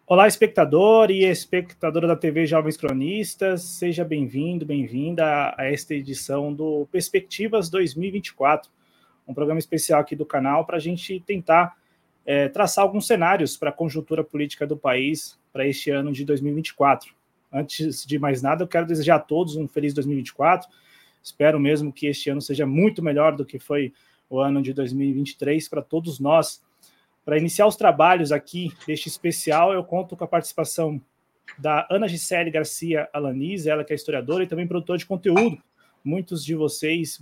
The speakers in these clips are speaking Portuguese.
Olá, espectador e espectadora da TV Jovens Cronistas, seja bem-vindo, bem-vinda a esta edição do Perspectivas 2024, um programa especial aqui do canal para a gente tentar traçar alguns cenários para a conjuntura política do país para este ano de 2024. Antes de mais nada, eu quero desejar a todos um feliz 2024, espero mesmo que este ano seja muito melhor do que foi o ano de 2023 para todos nós. Para iniciar os trabalhos aqui deste especial, eu conto com a participação da Ana Gisele Garcia Alaniz, ela que é historiadora e também produtora de conteúdo. Muitas de vocês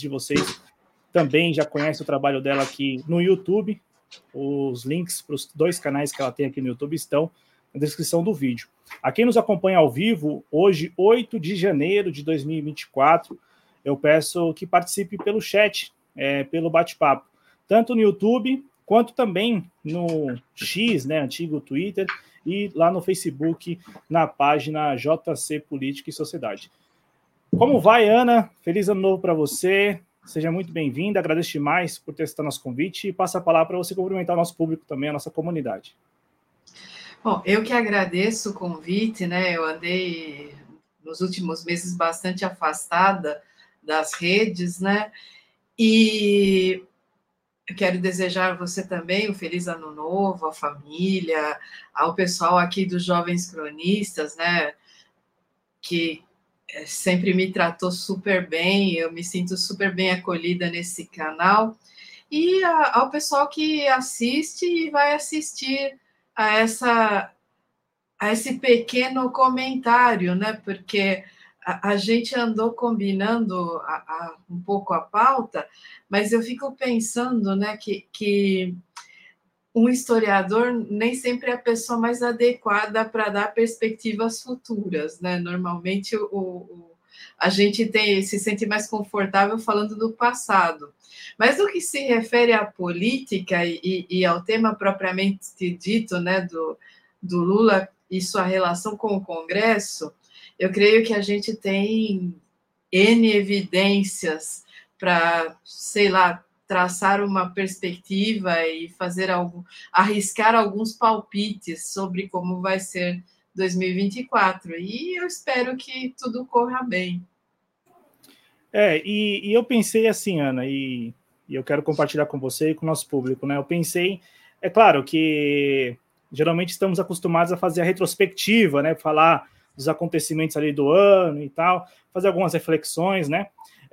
também já conhecem o trabalho dela aqui no YouTube. Os links para os dois canais que ela tem aqui no YouTube estão na descrição do vídeo. A quem nos acompanha ao vivo, hoje, 8 de janeiro de 2024, eu peço que participe pelo chat, pelo bate-papo, tanto no YouTube quanto também no X, antigo Twitter, e lá no Facebook, na página JC Política e Sociedade. Como vai, Ana? Feliz ano novo para você. Seja muito bem-vinda. Agradeço demais por ter aceitado nosso convite e passo a palavra para você cumprimentar o nosso público também, a nossa comunidade. Bom, eu que agradeço o convite, né? Eu andei nos últimos meses bastante afastada das redes, né? E eu quero desejar a você também um feliz ano novo, à família, ao pessoal aqui dos Jovens Cronistas, né? Que sempre me tratou super bem, eu me sinto super bem acolhida nesse canal. E ao pessoal que assiste e vai assistir a esse pequeno comentário, né? Porque a gente andou combinando um pouco a pauta, mas eu fico pensando, né, que um historiador nem sempre é a pessoa mais adequada para dar perspectivas futuras, né? Normalmente a gente se sente mais confortável falando do passado. Mas no que se refere à política e ao tema propriamente dito, né, do Lula e sua relação com o Congresso, eu creio que a gente tem N evidências para, sei lá, traçar uma perspectiva e arriscar alguns palpites sobre como vai ser 2024. E eu espero que tudo corra bem. E eu pensei assim, Ana, e eu quero compartilhar com você e com o nosso público, né? Eu pensei, é claro que geralmente estamos acostumados a fazer a retrospectiva, né? Falar dos acontecimentos ali do ano e tal, fazer algumas reflexões, né?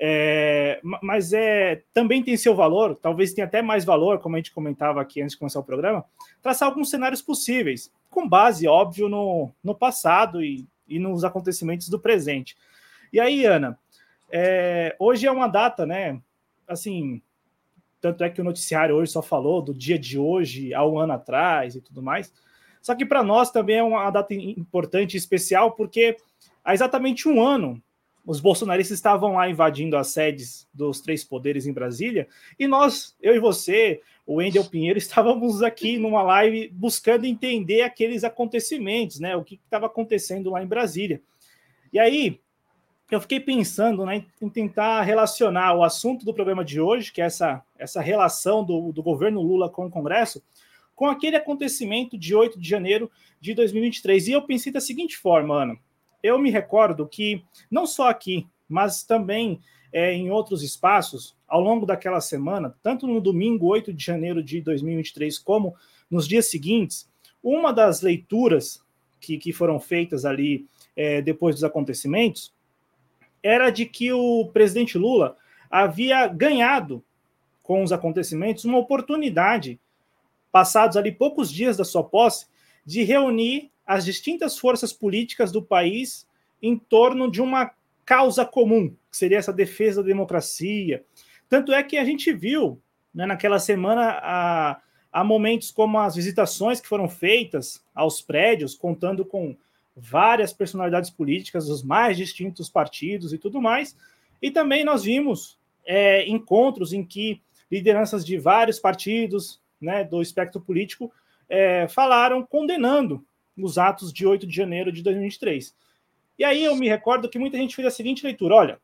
Mas também tem seu valor, talvez tenha até mais valor, como a gente comentava aqui antes de começar o programa, traçar alguns cenários possíveis, com base, óbvio, no passado e nos acontecimentos do presente. E aí, Ana, hoje é uma data, né? Assim, tanto é que o noticiário hoje só falou do dia de hoje há um ano atrás e tudo mais. Só que para nós também é uma data importante e especial, porque há exatamente um ano os bolsonaristas estavam lá invadindo as sedes dos três poderes em Brasília, e nós, eu e você, o Wendel Pinheiro, estávamos aqui numa live buscando entender aqueles acontecimentos, né? O que estava acontecendo lá em Brasília. E aí, eu fiquei pensando, né, em tentar relacionar o assunto do programa de hoje, que é essa relação do governo Lula com o Congresso, com aquele acontecimento de 8 de janeiro de 2023. E eu pensei da seguinte forma, Ana. Eu me recordo que, não só aqui, mas também em outros espaços, ao longo daquela semana, tanto no domingo 8 de janeiro de 2023, como nos dias seguintes, uma das leituras que foram feitas ali depois dos acontecimentos era de que o presidente Lula havia ganhado com os acontecimentos uma oportunidade, passados ali poucos dias da sua posse, de reunir as distintas forças políticas do país em torno de uma causa comum, que seria essa defesa da democracia. Tanto é que a gente viu, né, naquela semana, há momentos como as visitações que foram feitas aos prédios, contando com várias personalidades políticas dos mais distintos partidos e tudo mais. E também nós vimos encontros em que lideranças de vários partidos, né, do espectro político falaram condenando os atos de 8 de janeiro de 2023. E aí eu me recordo que muita gente fez a seguinte leitura: olha,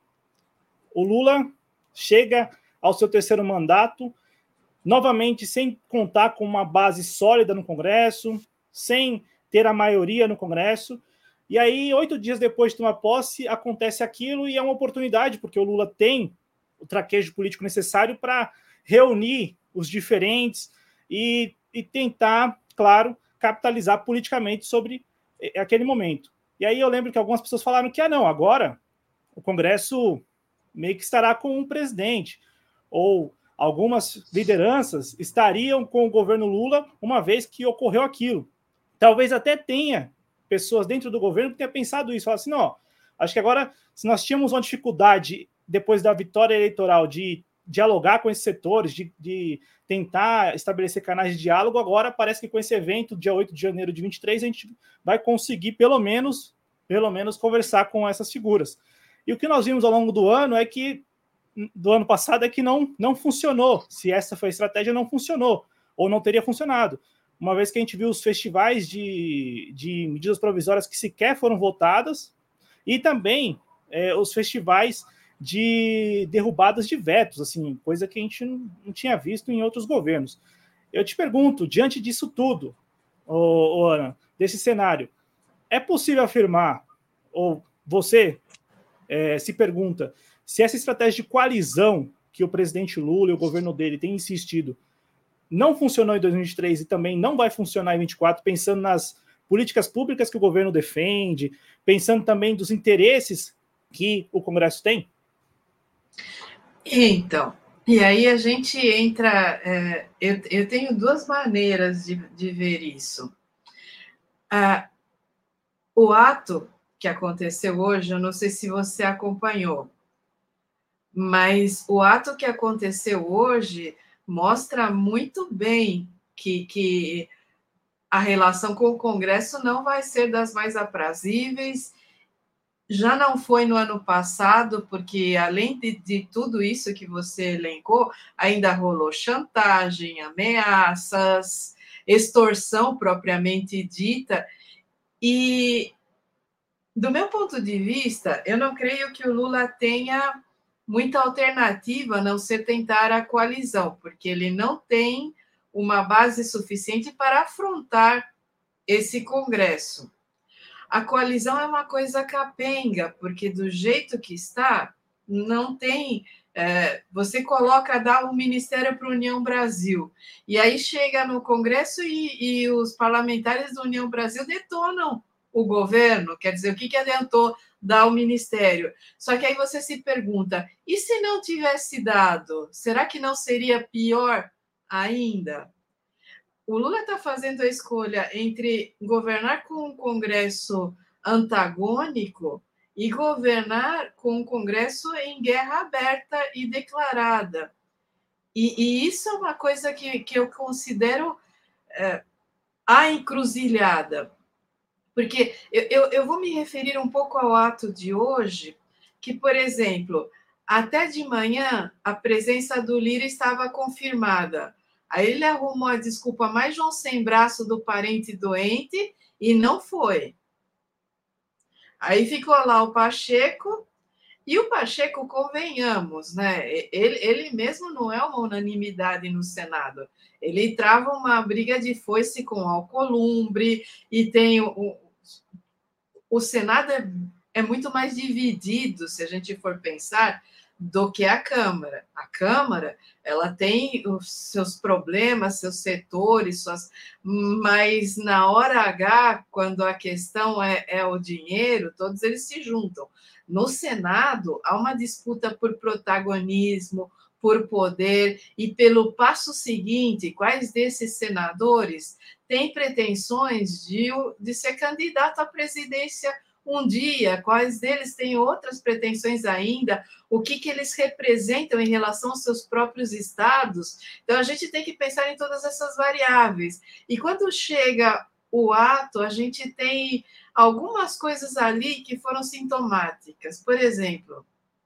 o Lula chega ao seu terceiro mandato, novamente sem contar com uma base sólida no Congresso, sem ter a maioria no Congresso. E aí, 8 dias depois de tomar posse, acontece aquilo e é uma oportunidade, porque o Lula tem o traquejo político necessário para reunir os diferentes e tentar, claro, capitalizar politicamente sobre aquele momento. E aí eu lembro que algumas pessoas falaram que, não, agora o Congresso meio que estará com um presidente, ou algumas lideranças estariam com o governo Lula uma vez que ocorreu aquilo. Talvez até tenha pessoas dentro do governo que tenham pensado isso, falar assim, não, acho que agora, se nós tínhamos uma dificuldade depois da vitória eleitoral de dialogar com esses setores, de tentar estabelecer canais de diálogo, agora parece que com esse evento, dia 8 de janeiro de 23, a gente vai conseguir pelo menos conversar com essas figuras. E o que nós vimos ao longo do ano é que, do ano passado, é que não funcionou. Se essa foi a estratégia, não funcionou, ou não teria funcionado. Uma vez que a gente viu os festivais de medidas provisórias que sequer foram votadas, e também os festivais de derrubadas de vetos, assim, coisa que a gente não tinha visto em outros governos. Eu te pergunto, diante disso tudo, Ana, desse cenário, é possível afirmar, ou você se pergunta, se essa estratégia de coalizão que o presidente Lula e o governo dele têm insistido não funcionou em 2023 e também não vai funcionar em 2024, pensando nas políticas públicas que o governo defende, pensando também dos interesses que o Congresso tem? Então, e aí a gente entra... eu tenho duas maneiras de ver isso. O ato que aconteceu hoje, eu não sei se você acompanhou, mas o ato que aconteceu hoje mostra muito bem que a relação com o Congresso não vai ser das mais aprazíveis. Já não foi no ano passado, porque além de tudo isso que você elencou, ainda rolou chantagem, ameaças, extorsão propriamente dita. E, do meu ponto de vista, eu não creio que o Lula tenha muita alternativa a não ser tentar a coalizão, porque ele não tem uma base suficiente para afrontar esse Congresso. A coalizão é uma coisa capenga, porque do jeito que está, não tem... você coloca, dá o Ministério para a União Brasil, e aí chega no Congresso e os parlamentares da União Brasil detonam o governo, quer dizer, o que adiantou dar o Ministério? Só que aí você se pergunta, e se não tivesse dado, será que não seria pior ainda? O Lula está fazendo a escolha entre governar com um Congresso antagônico e governar com um Congresso em guerra aberta e declarada. E isso é uma coisa que eu considero a encruzilhada. Porque eu vou me referir um pouco ao ato de hoje, que, por exemplo, até de manhã a presença do Lira estava confirmada. Aí ele arrumou a desculpa mais João sem braço do parente doente e não foi. Aí ficou lá o Pacheco, e o Pacheco, convenhamos, né? Ele mesmo não é uma unanimidade no Senado. Ele trava uma briga de foice com Alcolumbre, e tem o Senado é muito mais dividido, se a gente for pensar, do que a Câmara. A Câmara, ela tem os seus problemas, seus setores, mas na hora H, quando a questão é o dinheiro, todos eles se juntam. No Senado, há uma disputa por protagonismo, por poder, e pelo passo seguinte, quais desses senadores têm pretensões de ser candidato à presidência um dia, quais deles têm outras pretensões ainda, o que eles representam em relação aos seus próprios estados. Então, a gente tem que pensar em todas essas variáveis. E quando chega o ato, a gente tem algumas coisas ali que foram sintomáticas. Por exemplo,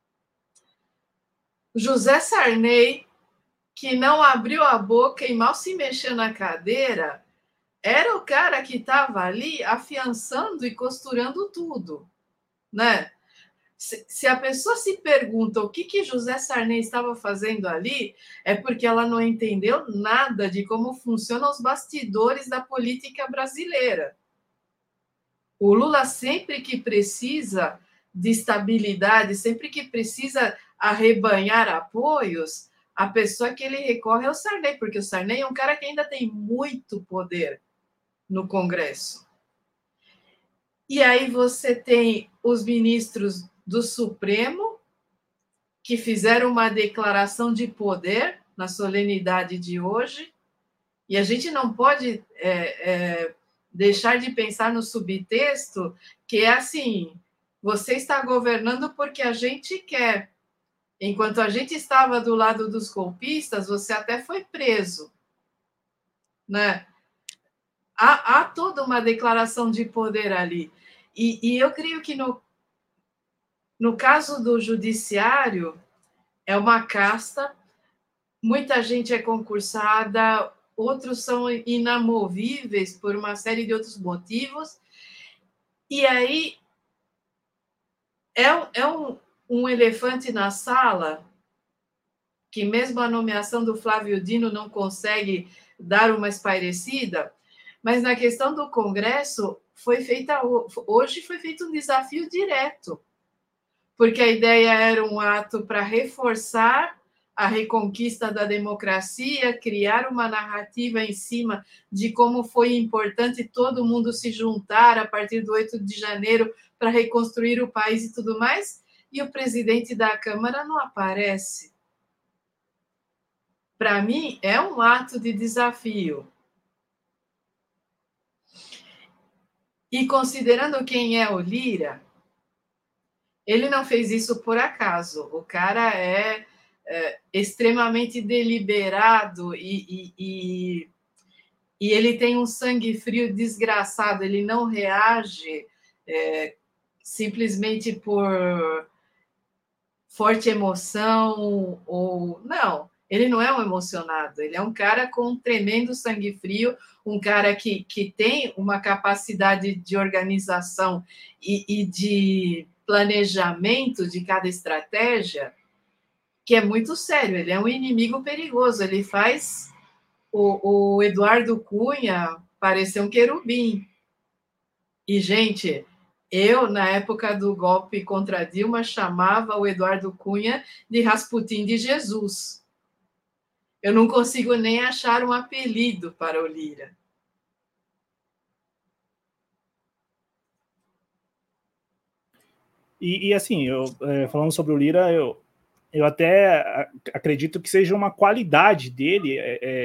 José Sarney, que não abriu a boca e mal se mexeu na cadeira, era o cara que estava ali afiançando e costurando tudo, né? Se a pessoa se pergunta o que José Sarney estava fazendo ali, é porque ela não entendeu nada de como funcionam os bastidores da política brasileira. O Lula, sempre que precisa de estabilidade, sempre que precisa arrebanhar apoios, a pessoa que ele recorre é o Sarney, porque o Sarney é um cara que ainda tem muito poder no Congresso. E aí você tem os ministros do Supremo, que fizeram uma declaração de poder na solenidade de hoje, e a gente não pode deixar de pensar no subtexto, que é assim, você está governando porque a gente quer. Enquanto a gente estava do lado dos golpistas, você até foi preso, né? Há toda uma declaração de poder ali. E eu creio que no caso do judiciário, é uma casta, muita gente é concursada, outros são inamovíveis por uma série de outros motivos, e aí é um elefante na sala, que mesmo a nomeação do Flávio Dino não consegue dar uma espairecida, mas na questão do Congresso, hoje foi feito um desafio direto, porque a ideia era um ato para reforçar a reconquista da democracia, criar uma narrativa em cima de como foi importante todo mundo se juntar a partir do 8 de janeiro para reconstruir o país e tudo mais, e o presidente da Câmara não aparece. Para mim, é um ato de desafio. E considerando quem é o Lira, ele não fez isso por acaso. O cara é extremamente deliberado e ele tem um sangue frio desgraçado. Ele não reage simplesmente por forte emoção ou... Não, ele não é um emocionado. Ele é um cara com um tremendo sangue frio, um cara que tem uma capacidade de organização e de planejamento de cada estratégia que é muito sério. Ele é um inimigo perigoso. Ele faz o Eduardo Cunha parecer um querubim. E, gente, eu, na época do golpe contra Dilma, chamava o Eduardo Cunha de Rasputin de Jesus. Eu não consigo nem achar um apelido para o Lira. E assim, falando sobre o Lira, eu até acredito que seja uma qualidade dele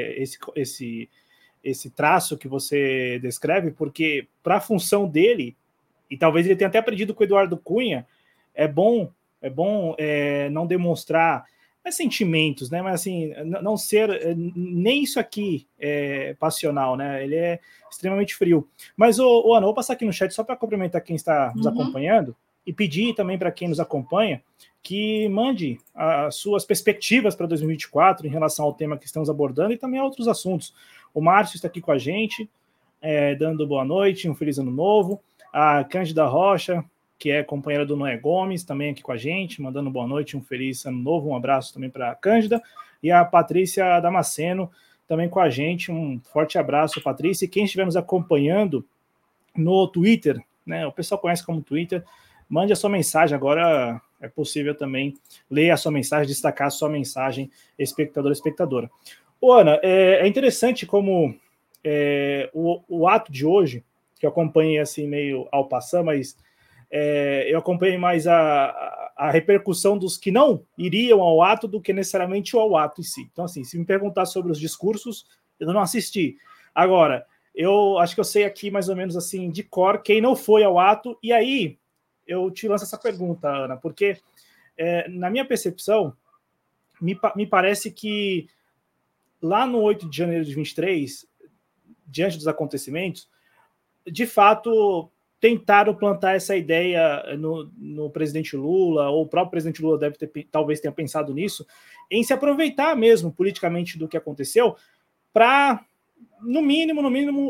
esse traço que você descreve, porque para a função dele, e talvez ele tenha até aprendido com o Eduardo Cunha, é bom não demonstrar sentimentos, né? Mas assim, não ser nem isso aqui passional, né? Ele é extremamente frio. Mas, Ana, vou passar aqui no chat só para complementar quem está nos acompanhando e pedir também para quem nos acompanha que mande as suas perspectivas para 2024 em relação ao tema que estamos abordando e também a outros assuntos. O Márcio está aqui com a gente, dando boa noite, um feliz ano novo. A Cândida Rocha, que é companheira do Noé Gomes, também aqui com a gente, mandando boa noite, um feliz ano novo, um abraço também para a Cândida. E a Patrícia Damasceno, também com a gente, um forte abraço, Patrícia. E quem estiver nos acompanhando no Twitter, né, o pessoal conhece como Twitter, mande a sua mensagem, agora é possível também ler a sua mensagem, destacar a sua mensagem, espectador, espectadora. Ana, é interessante como o ato de hoje, que eu acompanhei assim meio ao passar, mas eu acompanhei mais a repercussão dos que não iriam ao ato do que necessariamente ao ato em si. Então, assim, se me perguntar sobre os discursos, eu não assisti. Agora, eu acho que eu sei aqui mais ou menos assim de cor quem não foi ao ato, e aí eu te lanço essa pergunta, Ana, porque na minha percepção, me parece que lá no 8 de janeiro de 23, diante dos acontecimentos, de fato, tentaram plantar essa ideia no presidente Lula, ou o próprio presidente Lula talvez tenha pensado nisso, em se aproveitar mesmo politicamente do que aconteceu, para, no mínimo,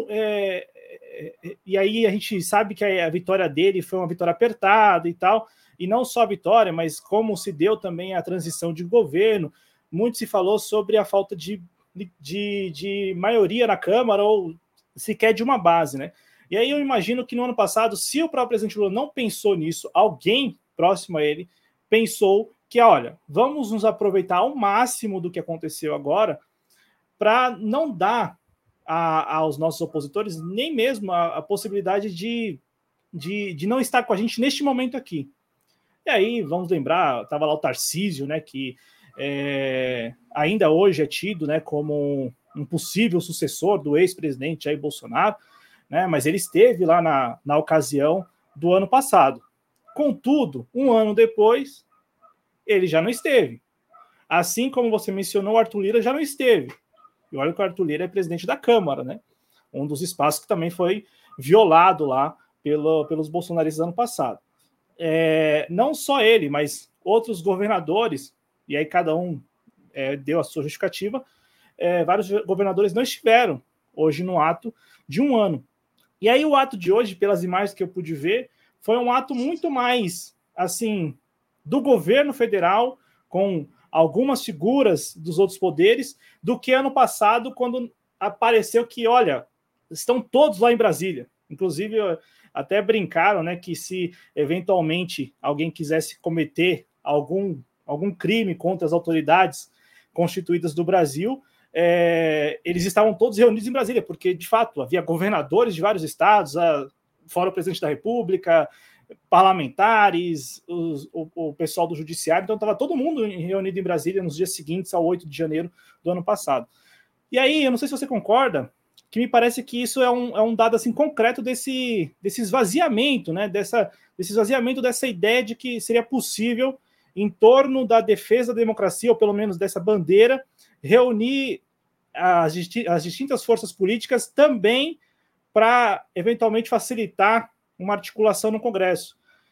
e aí a gente sabe que a vitória dele foi uma vitória apertada e tal, e não só a vitória, mas como se deu também a transição de governo. Muito se falou sobre a falta de maioria na Câmara, ou sequer de uma base, né? E aí eu imagino que no ano passado, se o próprio presidente Lula não pensou nisso, alguém próximo a ele pensou que, olha, vamos nos aproveitar ao máximo do que aconteceu agora para não dar aos nossos opositores nem mesmo a possibilidade de não estar com a gente neste momento aqui. E aí, vamos lembrar, estava lá o Tarcísio, né, que ainda hoje é tido, né, como um possível sucessor do ex-presidente Jair Bolsonaro, né, mas ele esteve lá na ocasião do ano passado. Contudo, um ano depois, ele já não esteve. Assim como você mencionou, o Arthur Lira já não esteve. E olha que o Arthur Lira é presidente da Câmara, né? Um dos espaços que também foi violado lá pelos bolsonaristas ano passado. Não só ele, mas outros governadores, e aí cada um deu a sua justificativa, vários governadores não estiveram hoje no ato de um ano. E aí o ato de hoje, pelas imagens que eu pude ver, foi um ato muito mais, assim, do governo federal, com algumas figuras dos outros poderes, do que ano passado, quando apareceu que, olha, estão todos lá em Brasília. Inclusive, até brincaram, né, que se eventualmente alguém quisesse cometer algum crime contra as autoridades constituídas do Brasil, eles estavam todos reunidos em Brasília, porque, de fato, havia governadores de vários estados, fora o presidente da República, parlamentares, o pessoal do judiciário, então estava todo mundo reunido em Brasília nos dias seguintes ao 8 de janeiro do ano passado. E aí, eu não sei se você concorda, que me parece que isso é um dado assim concreto desse esvaziamento, né? Desse esvaziamento dessa ideia de que seria possível, em torno da defesa da democracia, ou pelo menos dessa bandeira, reunir as distintas forças políticas também para, eventualmente, facilitar uma articulação no Congresso.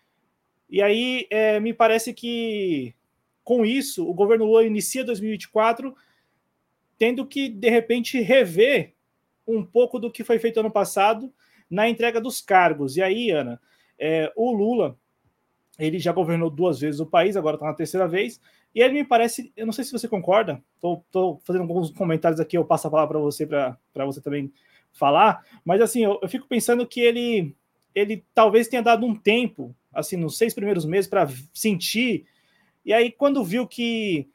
E aí, me parece que, com isso, o governo Lula inicia 2024 tendo que, de repente, rever um pouco do que foi feito ano passado na entrega dos cargos. E aí, Ana, o Lula, ele já governou 2 vezes o país, agora está na 3ª vez, e ele me parece, eu não sei se você concorda, estou fazendo alguns comentários aqui, eu passo a palavra para você, para você também falar, mas assim, eu fico pensando que ele talvez tenha dado um tempo, assim, nos 6 primeiros meses, para sentir, e aí quando viu que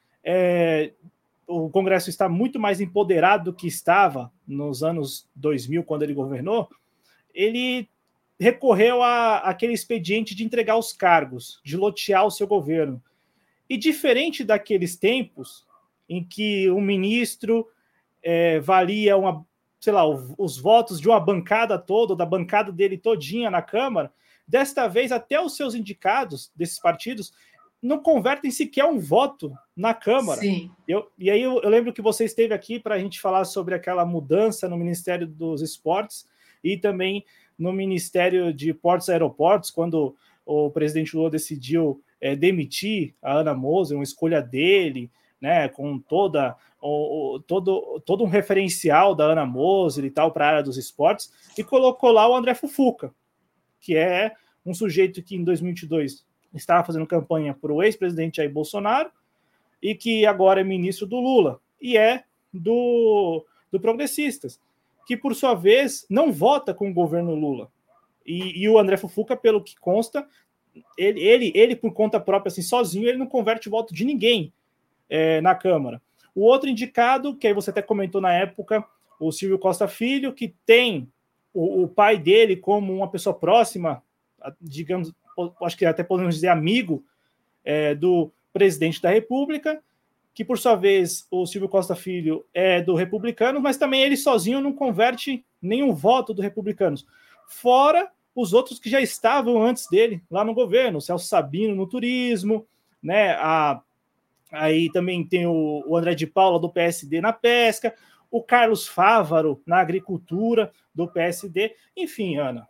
o Congresso está muito mais empoderado do que estava nos anos 2000, quando ele governou, ele recorreu àquele expediente de entregar os cargos, de lotear o seu governo. E diferente daqueles tempos em que um ministro valia os votos de uma bancada toda, da bancada dele todinha na Câmara, desta vez até os seus indicados desses partidos não convertem sequer um voto na Câmara. Sim. E aí eu lembro que você esteve aqui para a gente falar sobre aquela mudança no Ministério dos Esportes e também no Ministério de Portos e Aeroportos, quando o presidente Lula decidiu demitir a Ana Moser, uma escolha dele, né, com todo um referencial da Ana Moser e tal para a área dos esportes, e colocou lá o André Fufuca, que é um sujeito que em 2022 estava fazendo campanha para o ex-presidente Jair Bolsonaro e que agora é ministro do Lula e é do Progressistas, que por sua vez não vota com o governo Lula. E o André Fufuca, pelo que consta, ele por conta própria, assim, sozinho, ele não converte voto de ninguém na Câmara. O outro indicado, que aí você até comentou na época, o Silvio Costa Filho, que tem o pai dele como uma pessoa próxima, digamos, acho que até podemos dizer amigo do presidente da República, que por sua vez o Silvio Costa Filho é do Republicanos, mas também ele sozinho não converte nenhum voto do Republicanos. Fora os outros que já estavam antes dele lá no governo, o Celso Sabino no turismo, né? Aí também tem o André de Paula do PSD na pesca, o Carlos Fávaro na agricultura do PSD. Enfim, Ana,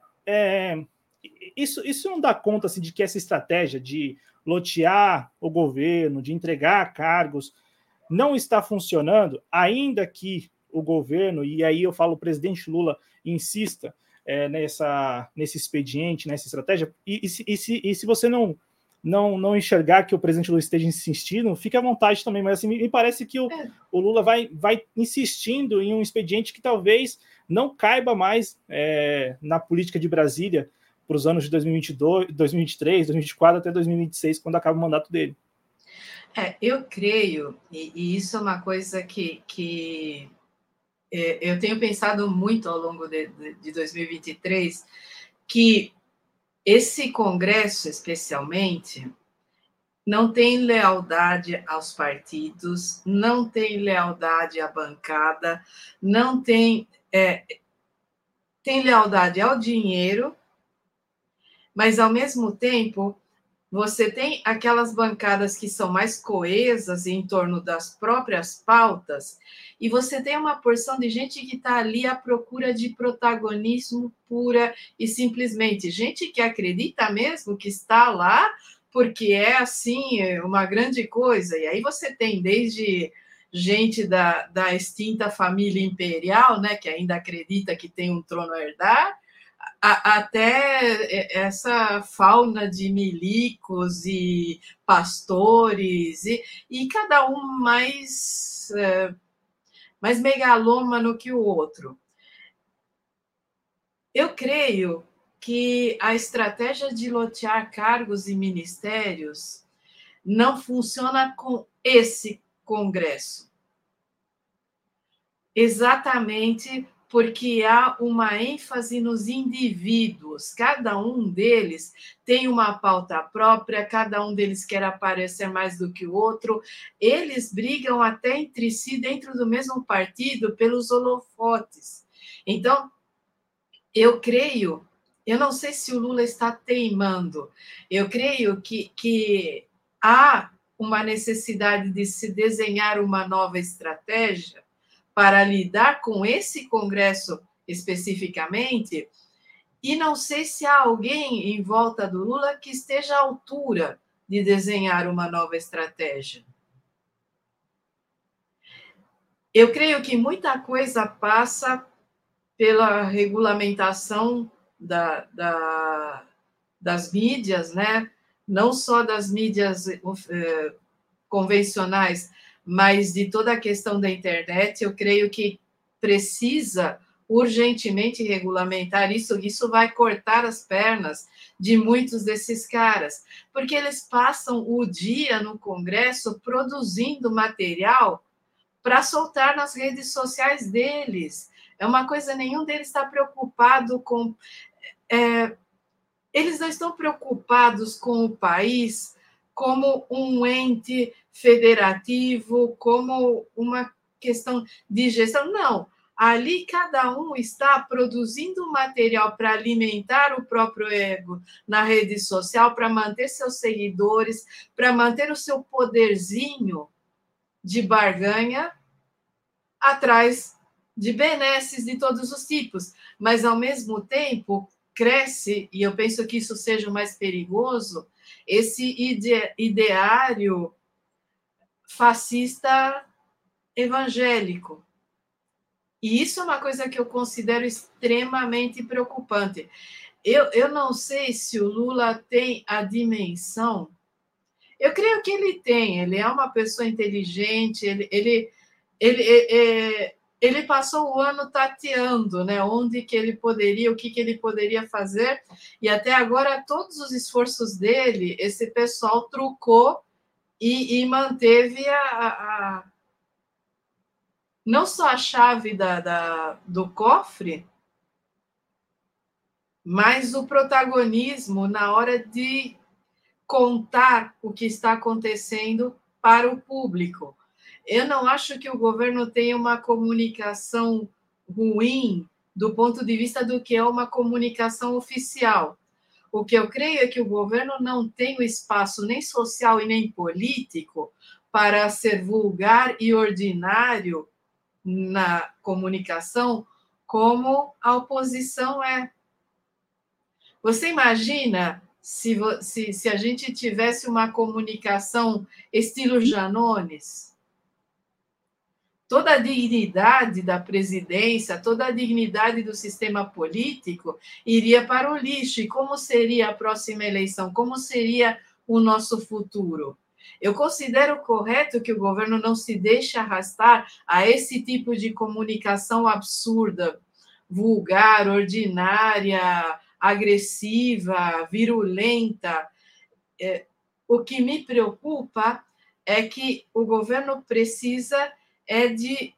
isso não dá conta assim, de que essa estratégia de lotear o governo, de entregar cargos, não está funcionando, ainda que o governo, e aí eu falo o presidente Lula, insista nesse expediente, nessa estratégia, e se você não não enxergar que o presidente Lula esteja insistindo, fique à vontade também, mas assim, me parece que o Lula vai insistindo em um expediente que talvez não caiba mais na política de Brasília para os anos de 2022, 2023, 2024 até 2026, quando acaba o mandato dele. Eu creio, e isso é uma coisa que eu tenho pensado muito ao longo de 2023, que esse Congresso, especialmente, não tem lealdade aos partidos, não tem lealdade à bancada, não tem, tem lealdade ao dinheiro, mas, ao mesmo tempo, você tem aquelas bancadas que são mais coesas em torno das próprias pautas, e você tem uma porção de gente que está ali à procura de protagonismo pura e simplesmente. Gente que acredita mesmo que está lá porque é, assim, uma grande coisa. E aí você tem desde gente da extinta família imperial, né, que ainda acredita que tem um trono a herdar, até essa fauna de milicos e pastores, e cada um mais megalômano que o outro. Eu creio que a estratégia de lotear cargos e ministérios não funciona com esse Congresso. Exatamente porque há uma ênfase nos indivíduos. Cada um deles tem uma pauta própria, cada um deles quer aparecer mais do que o outro. Eles brigam até entre si, dentro do mesmo partido, pelos holofotes. Então, eu creio, eu não sei se o Lula está teimando, eu creio que há uma necessidade de se desenhar uma nova estratégia para lidar com esse Congresso especificamente, e não sei se há alguém em volta do Lula que esteja à altura de desenhar uma nova estratégia. Eu creio que muita coisa passa pela regulamentação das mídias, né? Não só das mídias convencionais, mas de toda a questão da internet. Eu creio que precisa urgentemente regulamentar isso. Isso vai cortar as pernas de muitos desses caras, porque eles passam o dia no Congresso produzindo material para soltar nas redes sociais deles. É uma coisa, nenhum deles está preocupado com... eles não estão preocupados com o país como um ente federativo, como uma questão de gestão. Não. Ali, cada um está produzindo material para alimentar o próprio ego na rede social, para manter seus seguidores, para manter o seu poderzinho de barganha atrás de benesses de todos os tipos. Mas, ao mesmo tempo, cresce, e eu penso que isso seja o mais perigoso, esse ideário fascista evangélico. E isso é uma coisa que eu considero extremamente preocupante. Eu não sei se o Lula tem a dimensão. Eu creio que ele tem. Ele é uma pessoa inteligente, ele passou o ano tateando, né? Onde que ele poderia, o que ele poderia fazer, e até agora todos os esforços dele, esse pessoal trucou e manteve não só a chave do cofre, mas o protagonismo na hora de contar o que está acontecendo para o público. Eu não acho que o governo tenha uma comunicação ruim do ponto de vista do que é uma comunicação oficial. O que eu creio é que o governo não tem o espaço nem social e nem político para ser vulgar e ordinário na comunicação como a oposição é. Você imagina se a gente tivesse uma comunicação estilo Janones? Toda a dignidade da presidência, toda a dignidade do sistema político iria para o lixo. E como seria a próxima eleição? Como seria o nosso futuro. Eu considero correto que o governo não se deixe arrastar a esse tipo de comunicação absurda, vulgar, ordinária, agressiva, virulenta. O que me preocupa é que o governo precisa de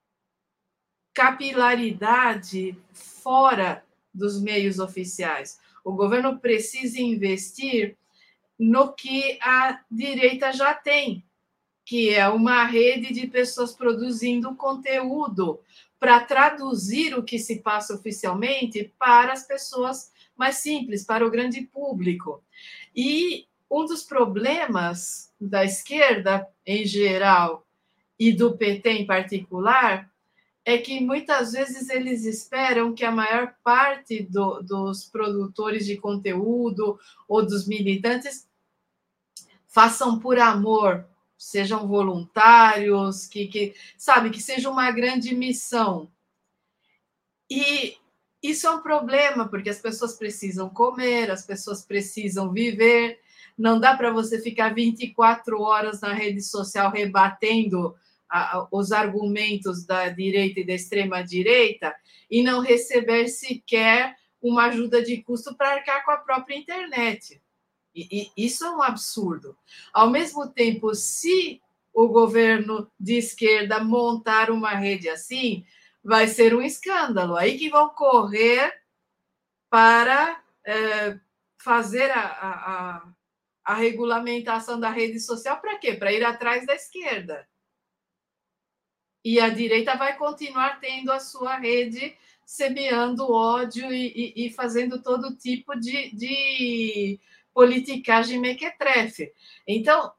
capilaridade fora dos meios oficiais. O governo precisa investir no que a direita já tem, que é uma rede de pessoas produzindo conteúdo para traduzir o que se passa oficialmente para as pessoas mais simples, para o grande público. E um dos problemas da esquerda, em geral, e do PT em particular, é que muitas vezes eles esperam que a maior parte dos produtores de conteúdo ou dos militantes façam por amor, sejam voluntários, que seja uma grande missão. E isso é um problema, porque as pessoas precisam comer, as pessoas precisam viver. Não dá para você ficar 24 horas na rede social rebatendo os argumentos da direita e da extrema-direita e não receber sequer uma ajuda de custo para arcar com a própria internet. E isso é um absurdo. Ao mesmo tempo, se o governo de esquerda montar uma rede assim, vai ser um escândalo. Aí que vão correr para fazer a regulamentação da rede social. Para quê? Para ir atrás da esquerda. E a direita vai continuar tendo a sua rede, semeando ódio e fazendo todo tipo de politicagem mequetrefe. Então,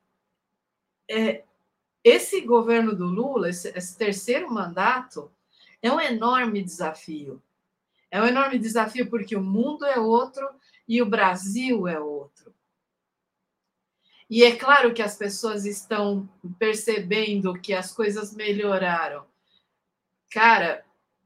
esse governo do Lula, esse terceiro mandato, é um enorme desafio. É um enorme desafio porque o mundo é outro e o Brasil é outro. E é claro que as pessoas estão percebendo que as coisas melhoraram. Cara,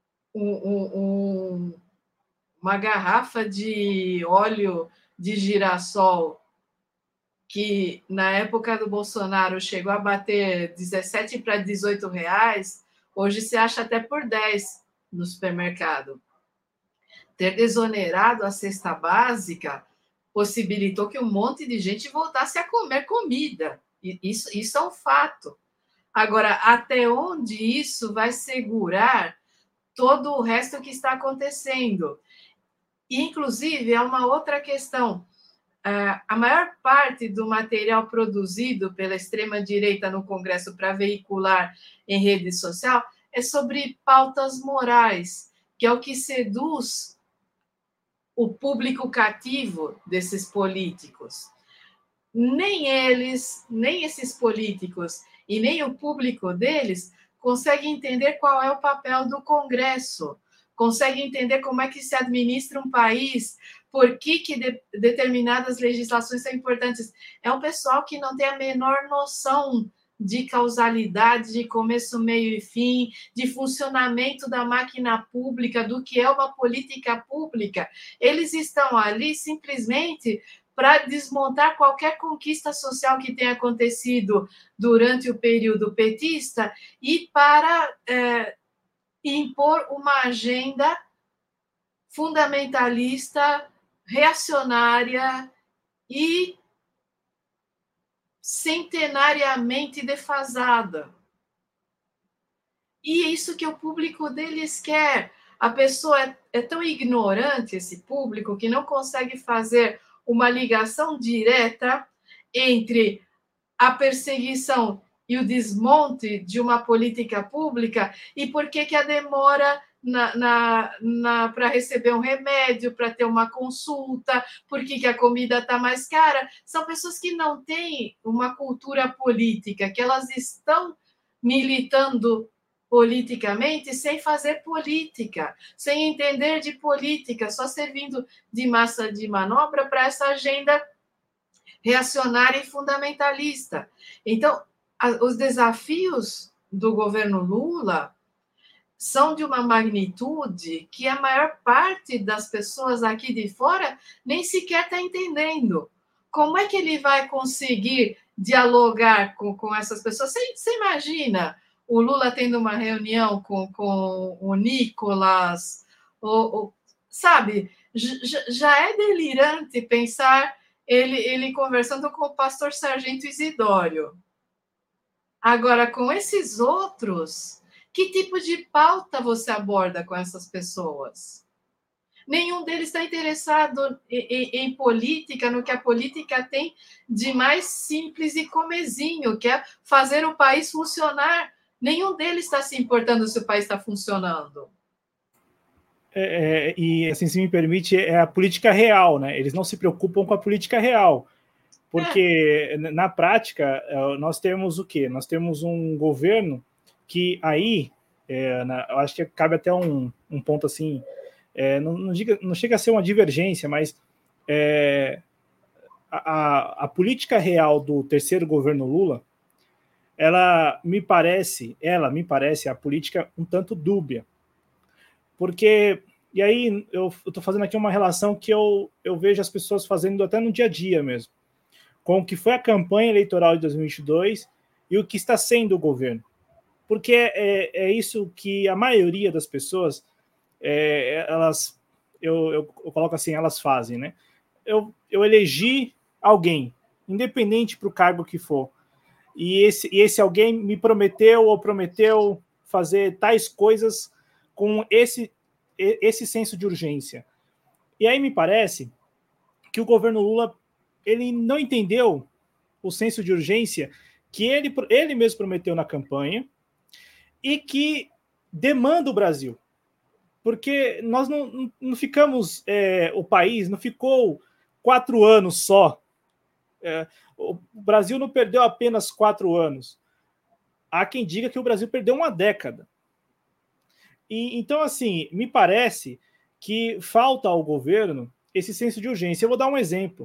uma garrafa de óleo de girassol que na época do Bolsonaro chegou a bater 17 para 18 reais, hoje se acha até por 10 no supermercado. Ter desonerado a cesta básica possibilitou que um monte de gente voltasse a comer comida. Isso é um fato. Agora, até onde isso vai segurar todo o resto que está acontecendo? E, inclusive, é uma outra questão. A maior parte do material produzido pela extrema-direita no Congresso para veicular em rede social é sobre pautas morais, que é o que seduz o público cativo desses políticos. Nem eles, nem esses políticos e nem o público deles conseguem entender qual é o papel do Congresso, conseguem entender como é que se administra um país, por que determinadas legislações são importantes. É um pessoal que não tem a menor noção de causalidade, de começo, meio e fim, de funcionamento da máquina pública, do que é uma política pública. Eles estão ali simplesmente para desmontar qualquer conquista social que tenha acontecido durante o período petista e para impor uma agenda fundamentalista, reacionária e centenariamente defasada. E é isso que o público deles quer. A pessoa é tão ignorante, esse público, que não consegue fazer uma ligação direta entre a perseguição e o desmonte de uma política pública e por que a demora para receber um remédio, para ter uma consulta, por que a comida está mais cara. São pessoas que não têm uma cultura política, que elas estão militando politicamente sem fazer política, sem entender de política, só servindo de massa de manobra para essa agenda reacionária e fundamentalista. Então, os desafios do governo Lula são de uma magnitude que a maior parte das pessoas aqui de fora nem sequer está entendendo. como é que ele vai conseguir dialogar com essas pessoas? Você imagina o Lula tendo uma reunião com o Nicolas, sabe? Já é delirante pensar ele conversando com o pastor Sargento Isidório. Agora, com esses outros, que tipo de pauta você aborda com essas pessoas? Nenhum deles está interessado em política, no que a política tem de mais simples e comezinho, que é fazer o país funcionar. Nenhum deles está se importando se o país está funcionando. E, assim, se me permite, é a política real, né? Eles não se preocupam com a política real. Porque, na prática, nós temos o quê? Nós temos um governo que aí, eu acho que cabe até um ponto assim, não chega a ser uma divergência, mas a política real do terceiro governo Lula, ela me parece a política um tanto dúbia. Porque, e aí eu estou fazendo aqui uma relação que eu vejo as pessoas fazendo até no dia a dia mesmo, com o que foi a campanha eleitoral de 2022 e o que está sendo o governo. Porque é isso que a maioria das pessoas, elas, eu coloco assim, elas fazem, né? Eu elegi alguém, independente para o cargo que for, e esse alguém me prometeu fazer tais coisas com esse senso de urgência. E aí me parece que o governo Lula, ele não entendeu o senso de urgência que ele mesmo prometeu na campanha e que demanda o Brasil. Porque nós não ficamos, o país não ficou 4 anos só. O Brasil não perdeu apenas 4 anos. Há quem diga que o Brasil perdeu uma década. E, então, assim, me parece que falta ao governo esse senso de urgência. Eu vou dar um exemplo.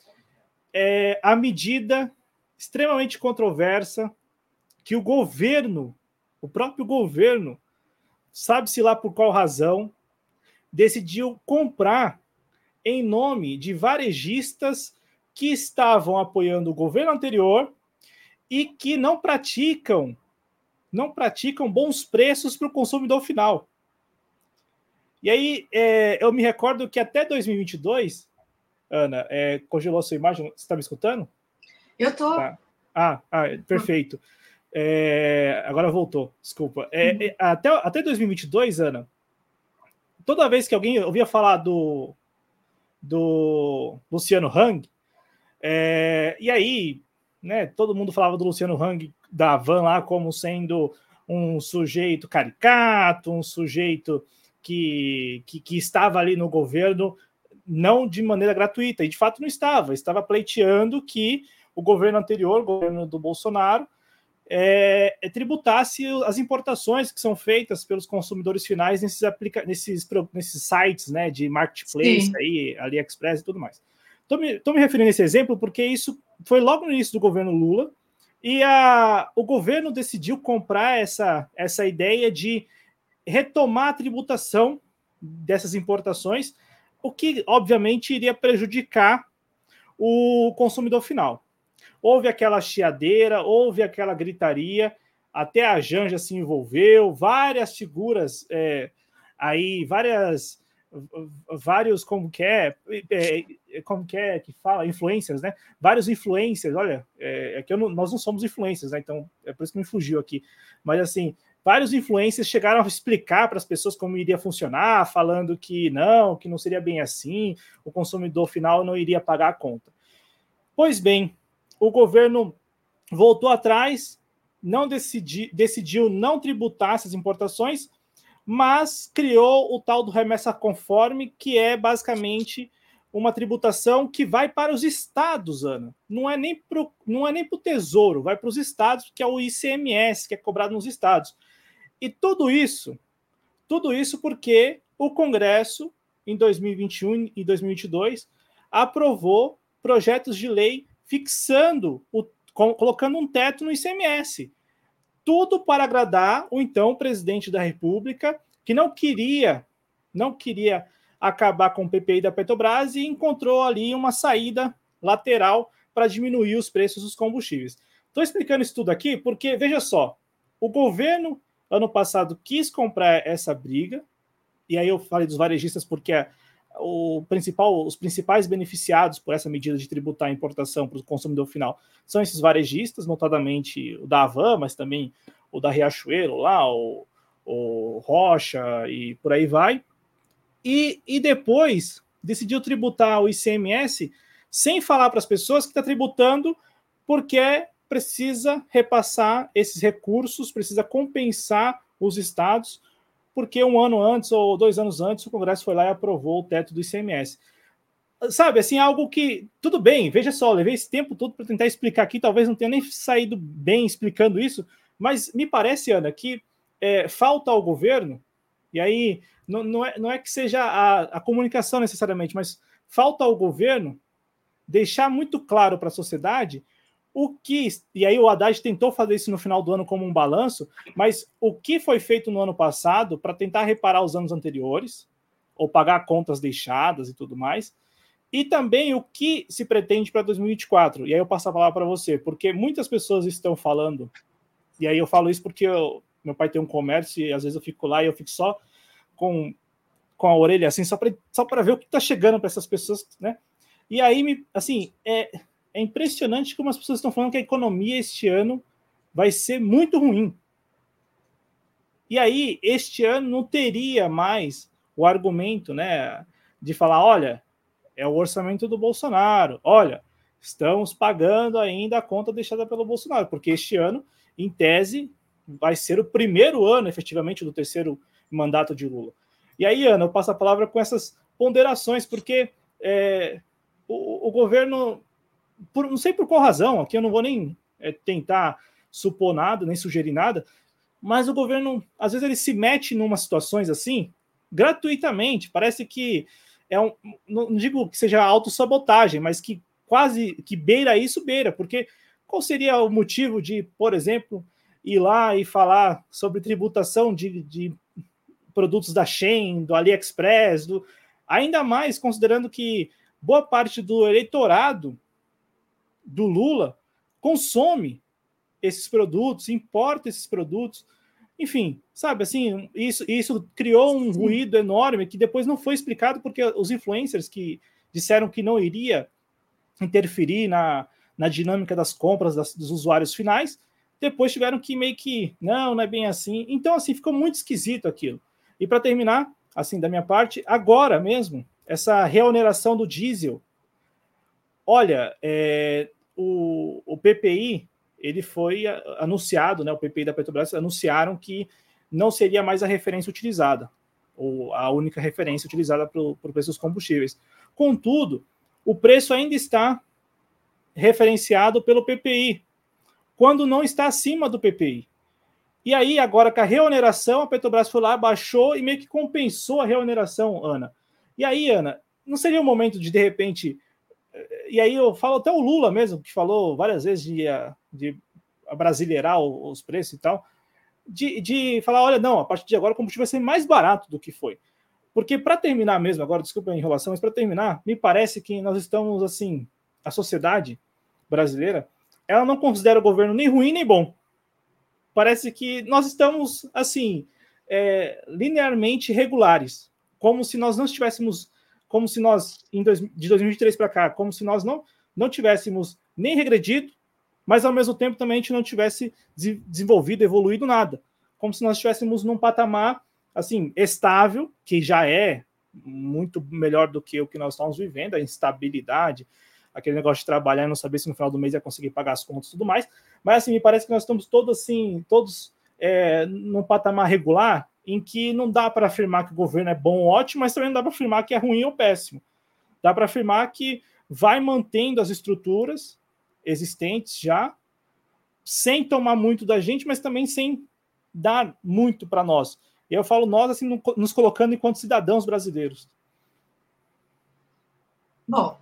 A medida extremamente controversa que o governo, o próprio governo, sabe-se lá por qual razão, decidiu comprar em nome de varejistas que estavam apoiando o governo anterior e que não praticam bons preços para o consumidor final. E aí, eu me recordo que até 2022, Ana, congelou a sua imagem, você está me escutando? Eu estou. Tá. Perfeito. Agora voltou, desculpa. Até 2022, Ana, toda vez que alguém ouvia falar do Luciano Hang, e aí, né, todo mundo falava do Luciano Hang da Van lá como sendo um sujeito caricato, um sujeito que estava ali no governo não de maneira gratuita, e de fato não estava pleiteando que o governo anterior, o governo do Bolsonaro, tributasse as importações que são feitas pelos consumidores finais nesses sites, né, de marketplace, aí, AliExpress e tudo mais. Estou me referindo a esse exemplo porque isso foi logo no início do governo Lula e o governo decidiu comprar essa ideia de retomar a tributação dessas importações, o que, obviamente, iria prejudicar o consumidor final. Houve aquela chiadeira, houve aquela gritaria, até a Janja se envolveu, várias figuras aí, vários, como que fala, influencers, né? Vários influencers, olha, que nós não somos influencers, né? Então é por isso que me fugiu aqui. Mas assim, vários influencers chegaram a explicar para as pessoas como iria funcionar, falando que não seria bem assim, o consumidor final não iria pagar a conta. Pois bem, o governo voltou atrás, não decidiu não tributar essas importações, mas criou o tal do remessa conforme, que é basicamente uma tributação que vai para os estados, Ana. Não é nem para o Tesouro, vai para os estados, que é o ICMS, que é cobrado nos estados. E tudo isso porque o Congresso, em 2021 e 2022, aprovou projetos de lei fixando, colocando um teto no ICMS. Tudo para agradar o então presidente da República, que não queria acabar com o PPI da Petrobras e encontrou ali uma saída lateral para diminuir os preços dos combustíveis. Estou explicando isso tudo aqui porque, veja só, o governo, ano passado, quis comprar essa briga, e aí eu falei dos varejistas porque os principais beneficiados por essa medida de tributar a importação para o consumidor final são esses varejistas, notadamente o da Havan, mas também o da Riachuelo lá, o Rocha e por aí vai. E depois decidiu tributar o ICMS sem falar para as pessoas que está tributando porque precisa repassar esses recursos, precisa compensar os estados, porque um ano antes ou 2 anos antes o Congresso foi lá e aprovou o teto do ICMS. Sabe, assim, algo que, tudo bem, veja só, levei esse tempo todo para tentar explicar aqui, talvez não tenha nem saído bem explicando isso, mas me parece, Ana, que falta ao governo, e aí não é que seja a comunicação necessariamente, mas falta ao governo deixar muito claro para a sociedade o que, e aí o Haddad tentou fazer isso no final do ano como um balanço, mas o que foi feito no ano passado para tentar reparar os anos anteriores, ou pagar contas deixadas e tudo mais, e também o que se pretende para 2024. E aí eu passo a palavra para você, porque muitas pessoas estão falando, e aí eu falo isso porque meu pai tem um comércio e às vezes eu fico lá e eu fico só com a orelha assim, só para ver o que está chegando para essas pessoas, né? E aí, assim, é impressionante como as pessoas estão falando que a economia este ano vai ser muito ruim. E aí, este ano não teria mais o argumento, né, de falar, olha, é o orçamento do Bolsonaro, olha, estamos pagando ainda a conta deixada pelo Bolsonaro, porque este ano, em tese, vai ser o primeiro ano, efetivamente, do terceiro mandato de Lula. E aí, Ana, eu passo a palavra com essas ponderações, porque o governo, não sei por qual razão, aqui eu não vou nem tentar supor nada, nem sugerir nada, mas o governo, às vezes, ele se mete em umas situações assim, gratuitamente, parece que não digo que seja autossabotagem, mas que quase que beira isso, beira, porque qual seria o motivo de, por exemplo, ir lá e falar sobre tributação de produtos da Shein, do AliExpress, ainda mais considerando que boa parte do eleitorado do Lula consome esses produtos, importa esses produtos, enfim, sabe, assim, isso criou um ruído enorme que depois não foi explicado porque os influencers que disseram que não iria interferir na dinâmica das compras dos usuários finais, depois tiveram que meio que, não é bem assim. Então, assim, ficou muito esquisito aquilo. E para terminar, assim, da minha parte, agora mesmo, essa reoneração do diesel, olha, o PPI, ele foi anunciado, né, o PPI da Petrobras anunciaram que não seria mais a referência utilizada, ou a única referência utilizada para o preço dos combustíveis. Contudo, o preço ainda está referenciado pelo PPI, quando não está acima do PPI. E aí, agora com a reoneração, a Petrobras foi lá, baixou e meio que compensou a reoneração, Ana. E aí, Ana, não seria o momento de repente... E aí eu falo até o Lula mesmo, que falou várias vezes de abrasileirar os preços e tal, de falar, olha, não, a partir de agora o combustível vai ser mais barato do que foi. Porque para terminar mesmo, agora, desculpa a enrolação, mas para terminar, me parece que nós estamos, assim, a sociedade brasileira, ela não considera o governo nem ruim nem bom. Parece que nós estamos, assim, linearmente regulares, como se nós não estivéssemos, como se nós, de 2023 para cá, como se nós não tivéssemos nem regredido, mas ao mesmo tempo também a gente não tivesse desenvolvido, evoluído nada. Como se nós estivéssemos num patamar, assim, estável, que já é muito melhor do que o que nós estamos vivendo, a instabilidade, aquele negócio de trabalhar e não saber se no final do mês ia conseguir pagar as contas e tudo mais. Mas, assim, me parece que nós estamos todos num patamar regular, em que não dá para afirmar que o governo é bom ou ótimo, mas também não dá para afirmar que é ruim ou péssimo. Dá para afirmar que vai mantendo as estruturas existentes já, sem tomar muito da gente, mas também sem dar muito para nós. E eu falo nós, assim, nos colocando enquanto cidadãos brasileiros. Bom,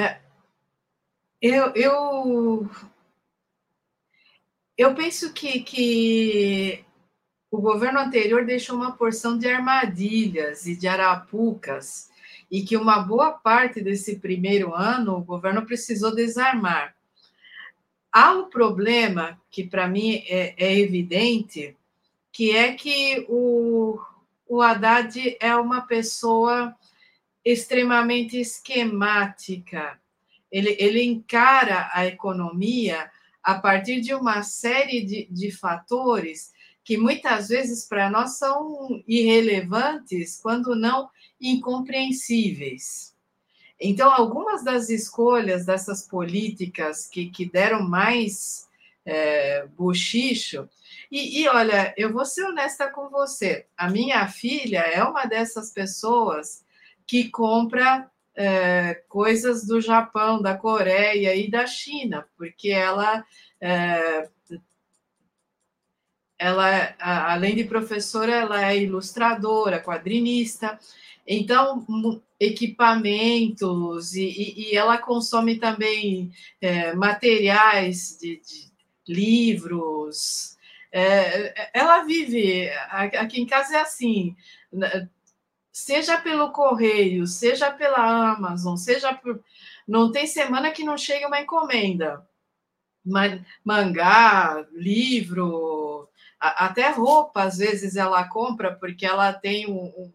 eu penso que o governo anterior deixou uma porção de armadilhas e de arapucas, e que uma boa parte desse primeiro ano o governo precisou desarmar. Há um problema que, para mim, é evidente, que é que o Haddad é uma pessoa extremamente esquemática. Ele encara a economia a partir de uma série de fatores que muitas vezes para nós são irrelevantes, quando não incompreensíveis. Então, algumas das escolhas dessas políticas que deram mais bochicho, e olha, eu vou ser honesta com você, a minha filha é uma dessas pessoas que compra coisas do Japão, da Coreia e da China, porque ela, além de professora, ela é ilustradora, quadrinista, então equipamentos, e ela consome também materiais de livros. Ela vive, aqui em casa é assim, seja pelo correio, seja pela Amazon, não tem semana que não chegue uma encomenda. Mangá, livro, até roupa, às vezes ela compra, porque ela tem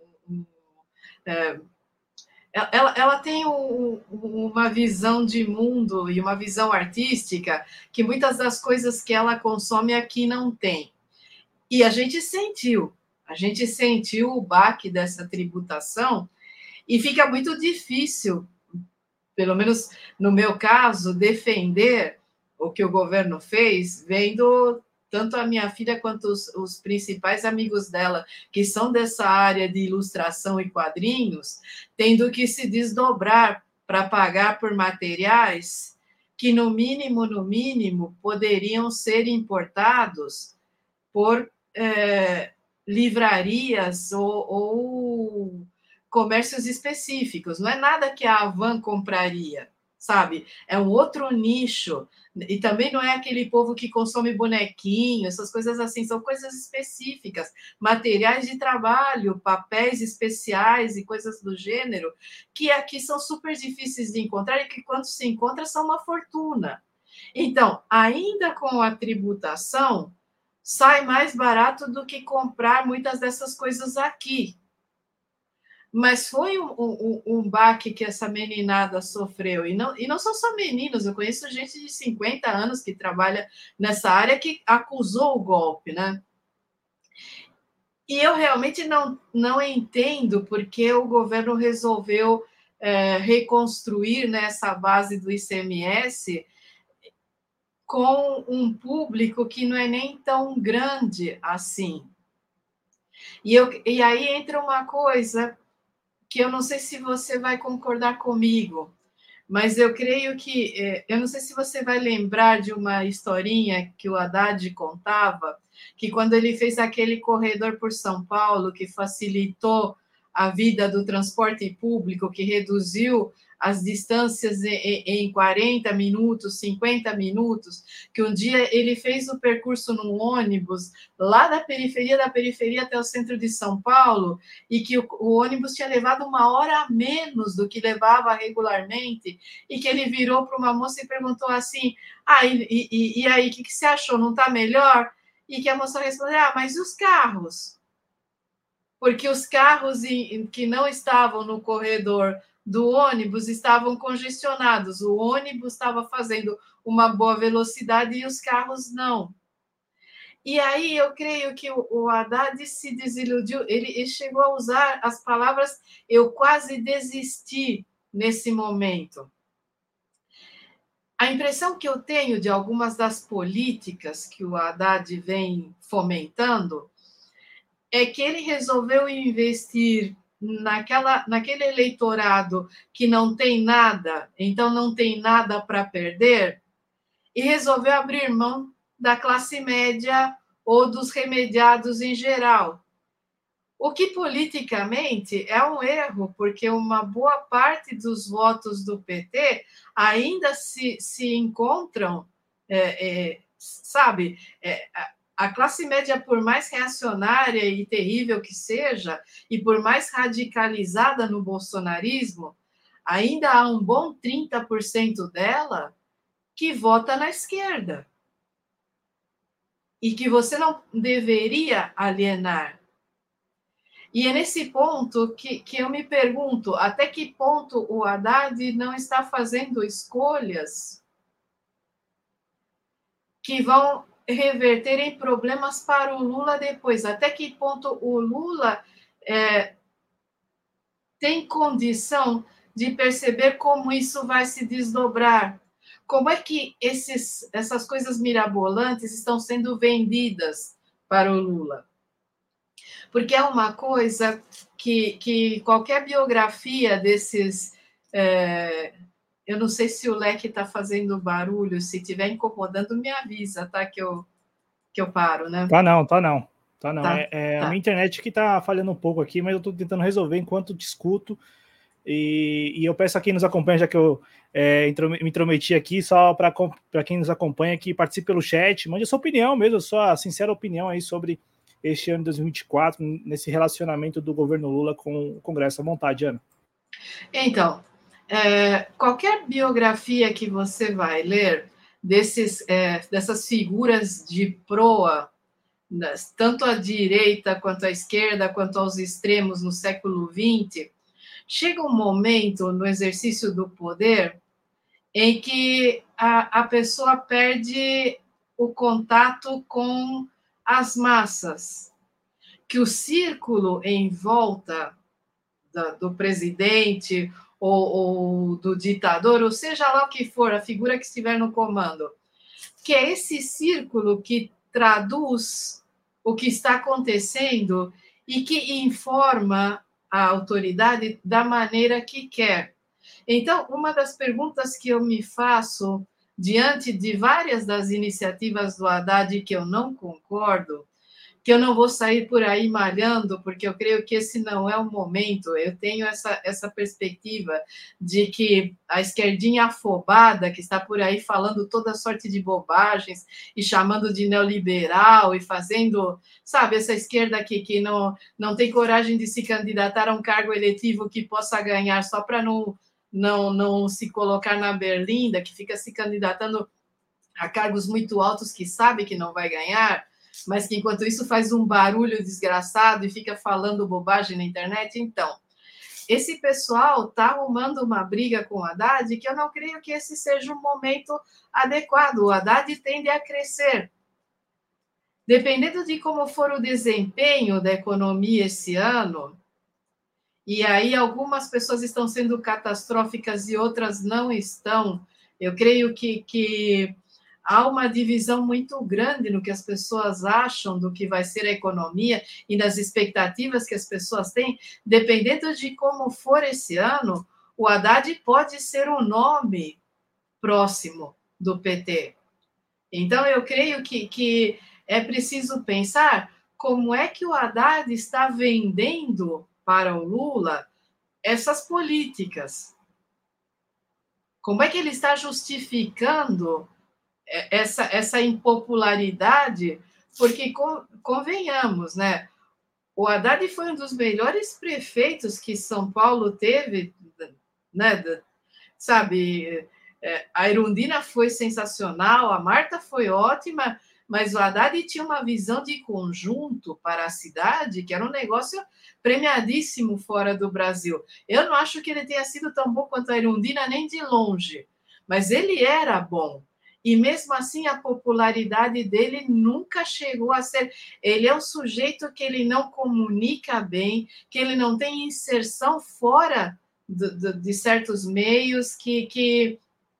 ela tem uma visão de mundo e uma visão artística que muitas das coisas que ela consome aqui não tem. E a gente sentiu o baque dessa tributação e fica muito difícil, pelo menos no meu caso, defender o que o governo fez, vendo tanto a minha filha quanto os principais amigos dela, que são dessa área de ilustração e quadrinhos, tendo que se desdobrar para pagar por materiais que, no mínimo, poderiam ser importados por livrarias ou comércios específicos. Não é nada que a Havan compraria, sabe? É um outro nicho. E também não é aquele povo que consome bonequinho, essas coisas assim, são coisas específicas, materiais de trabalho, papéis especiais e coisas do gênero, que aqui são super difíceis de encontrar e que, quando se encontra, são uma fortuna. Então, ainda com a tributação, sai mais barato do que comprar muitas dessas coisas aqui. Mas foi um baque que essa meninada sofreu. E não são só meninos, eu conheço gente de 50 anos que trabalha nessa área que acusou o golpe, né? E eu realmente não entendo porque o governo resolveu reconstruir nessa base do ICMS com um público que não é nem tão grande assim. E aí entra uma coisa que eu não sei se você vai concordar comigo, mas eu creio que... eu não sei se você vai lembrar de uma historinha que o Haddad contava, que quando ele fez aquele corredor por São Paulo, que facilitou a vida do transporte público, que reduziu as distâncias em 40 minutos, 50 minutos, que um dia ele fez o percurso num ônibus lá da periferia até o centro de São Paulo, e que o ônibus tinha levado 1 hora a menos do que levava regularmente, e que ele virou para uma moça e perguntou assim, e aí, o que você achou? Não está melhor? E que a moça respondeu, mas e os carros? Porque os carros que não estavam no corredor do ônibus estavam congestionados. O ônibus estava fazendo uma boa velocidade e os carros não. E aí eu creio que o Haddad se desiludiu. Ele chegou a usar as palavras "eu quase desisti" nesse momento. A impressão que eu tenho de algumas das políticas que o Haddad vem fomentando é que ele resolveu investir naquele eleitorado que não tem nada, então não tem nada para perder, e resolveu abrir mão da classe média ou dos remediados em geral. O que politicamente é um erro, porque uma boa parte dos votos do PT ainda se encontram, sabe, A classe média, por mais reacionária e terrível que seja, e por mais radicalizada no bolsonarismo, ainda há um bom 30% dela que vota na esquerda. E que você não deveria alienar. E é nesse ponto que eu me pergunto, até que ponto o Haddad não está fazendo escolhas que vão reverter em problemas para o Lula depois? Até que ponto o Lula tem condição de perceber como isso vai se desdobrar? Como é que essas coisas mirabolantes estão sendo vendidas para o Lula? Porque é uma coisa que qualquer biografia desses... eu não sei se o leque está fazendo barulho, se estiver incomodando, me avisa, tá? Que eu paro, né? Tá não. Tá, Tá, a minha internet que está falhando um pouco aqui, mas eu estou tentando resolver enquanto discuto. E eu peço a quem nos acompanha, já que eu me intrometi aqui, só para quem nos acompanha, que participe pelo chat, mande a sua opinião mesmo, a sua sincera opinião aí sobre este ano de 2024, nesse relacionamento do governo Lula com o Congresso. À vontade, Ana. Então, qualquer biografia que você vai ler dessas figuras de proa, tanto à direita, quanto à esquerda, quanto aos extremos no século XX, chega um momento no exercício do poder em que a pessoa perde o contato com as massas, que o círculo em volta do presidente ou do ditador, ou seja lá o que for, a figura que estiver no comando, que é esse círculo que traduz o que está acontecendo e que informa a autoridade da maneira que quer. Então, uma das perguntas que eu me faço diante de várias das iniciativas do Haddad que eu não concordo, que eu não vou sair por aí malhando, porque eu creio que esse não é o momento. Eu tenho essa perspectiva de que a esquerdinha afobada, que está por aí falando toda sorte de bobagens e chamando de neoliberal e fazendo, sabe, essa esquerda que não tem coragem de se candidatar a um cargo eletivo que possa ganhar só para não se colocar na berlinda, que fica se candidatando a cargos muito altos que sabe que não vai ganhar, mas que enquanto isso faz um barulho desgraçado e fica falando bobagem na internet. Então, esse pessoal está arrumando uma briga com o Haddad, que eu não creio que esse seja um momento adequado. O Haddad tende a crescer. Dependendo de como for o desempenho da economia esse ano, e aí algumas pessoas estão sendo catastróficas e outras não estão, eu creio que há uma divisão muito grande no que as pessoas acham do que vai ser a economia e nas expectativas que as pessoas têm. Dependendo de como for esse ano, o Haddad pode ser um nome próximo do PT. Então, eu creio que é preciso pensar como é que o Haddad está vendendo para o Lula essas políticas. Como é que ele está justificando essa impopularidade? Porque, convenhamos, né? O Haddad foi um dos melhores prefeitos que São Paulo teve, né? Sabe, a Erundina foi sensacional, a Marta foi ótima, mas o Haddad tinha uma visão de conjunto para a cidade que era um negócio premiadíssimo fora do Brasil. Eu não acho que ele tenha sido tão bom quanto a Erundina, nem de longe, mas ele era bom. E mesmo assim, a popularidade dele nunca chegou a ser... Ele é um sujeito que ele não comunica bem, que ele não tem inserção fora de certos meios, que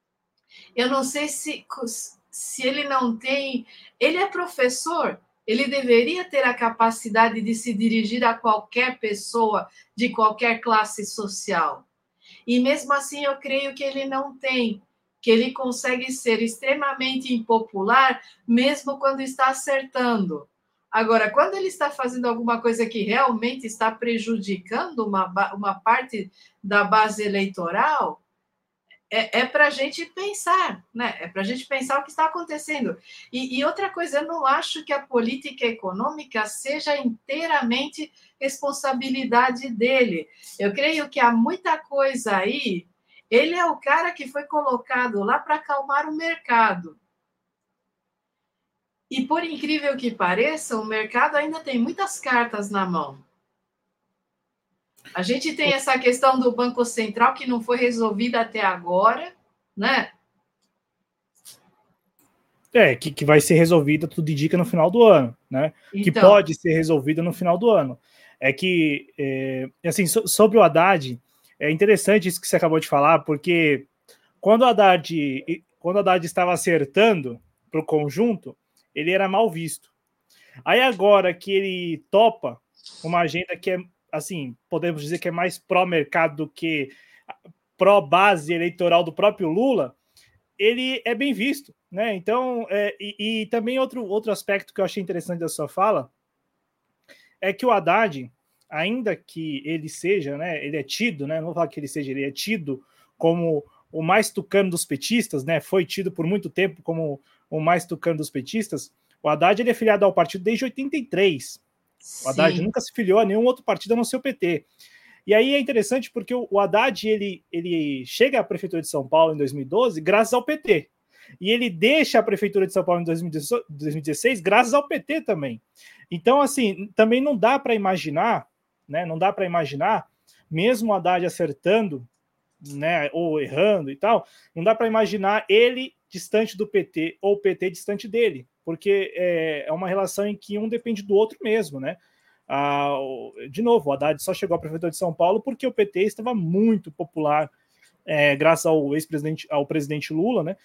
eu não sei se ele não tem... Ele é professor, ele deveria ter a capacidade de se dirigir a qualquer pessoa de qualquer classe social. E mesmo assim, eu creio que ele não tem, que ele consegue ser extremamente impopular, mesmo quando está acertando. Agora, quando ele está fazendo alguma coisa que realmente está prejudicando uma parte da base eleitoral, é para a gente pensar, né? É para a gente pensar o que está acontecendo. E outra coisa, eu não acho que a política econômica seja inteiramente responsabilidade dele. Eu creio que há muita coisa aí. Ele é o cara que foi colocado lá para acalmar o mercado. E por incrível que pareça, o mercado ainda tem muitas cartas na mão. A gente tem essa questão do Banco Central que não foi resolvida até agora, né? Que vai ser resolvida, tudo indica, no final do ano, né? Então, que pode ser resolvida no final do ano. Assim, sobre o Haddad, é interessante isso que você acabou de falar, porque quando o Haddad estava acertando para o conjunto, ele era mal visto. Aí agora que ele topa uma agenda que é, assim, podemos dizer que é mais pró-mercado do que pró-base eleitoral do próprio Lula, ele é bem visto, né? Então, e também outro aspecto que eu achei interessante da sua fala é que o Haddad, ainda que ele seja, né? Ele é tido, né? Não vou falar que ele seja, ele é tido como o mais tucano dos petistas, né? Foi tido por muito tempo como o mais tucano dos petistas. O Haddad ele é filiado ao partido desde 83. O Haddad nunca se filiou a nenhum outro partido a não ser o PT. E aí é interessante porque o Haddad ele chega à Prefeitura de São Paulo em 2012 graças ao PT. E ele deixa a Prefeitura de São Paulo em 2016 graças ao PT também. Então, assim, também não dá para imaginar, né? Não dá para imaginar, mesmo o Haddad acertando, né, ou errando e tal, não dá para imaginar ele distante do PT ou o PT distante dele, porque é uma relação em que um depende do outro mesmo, né? De novo, o Haddad só chegou à prefeitura de São Paulo porque o PT estava muito popular, graças ao presidente Lula, né?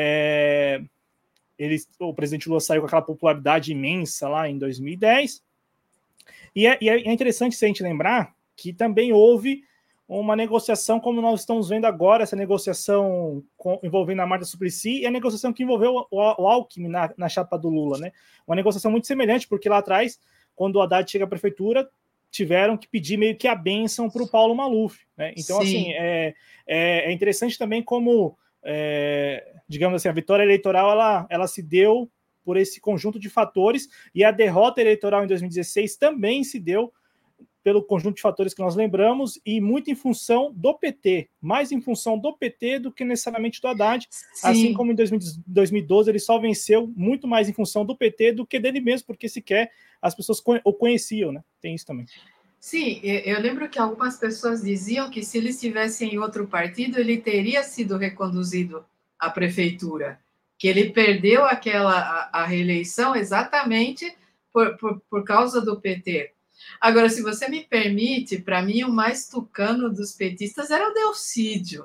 O presidente Lula saiu com aquela popularidade imensa lá em 2010. E é interessante se a gente lembrar que também houve uma negociação, como nós estamos vendo agora, essa negociação envolvendo a Marta Suplicy e a negociação que envolveu o Alckmin na chapa do Lula, né? Uma negociação muito semelhante, porque lá atrás, quando o Haddad chega à prefeitura, tiveram que pedir meio que a bênção para o Paulo Maluf, né? Então, assim, é interessante também como, digamos assim, a vitória eleitoral, ela se deu por esse conjunto de fatores, e a derrota eleitoral em 2016 também se deu pelo conjunto de fatores que nós lembramos, e muito em função do PT, mais em função do PT do que necessariamente do Haddad, assim como em 2012 ele só venceu muito mais em função do PT do que dele mesmo, porque sequer as pessoas o conheciam, né? Tem isso também. Sim, eu lembro que algumas pessoas diziam que se ele estivesse em outro partido, ele teria sido reconduzido à prefeitura, que ele perdeu a reeleição exatamente por causa do PT. Agora, se você me permite, para mim o mais tucano dos petistas era o Delcídio.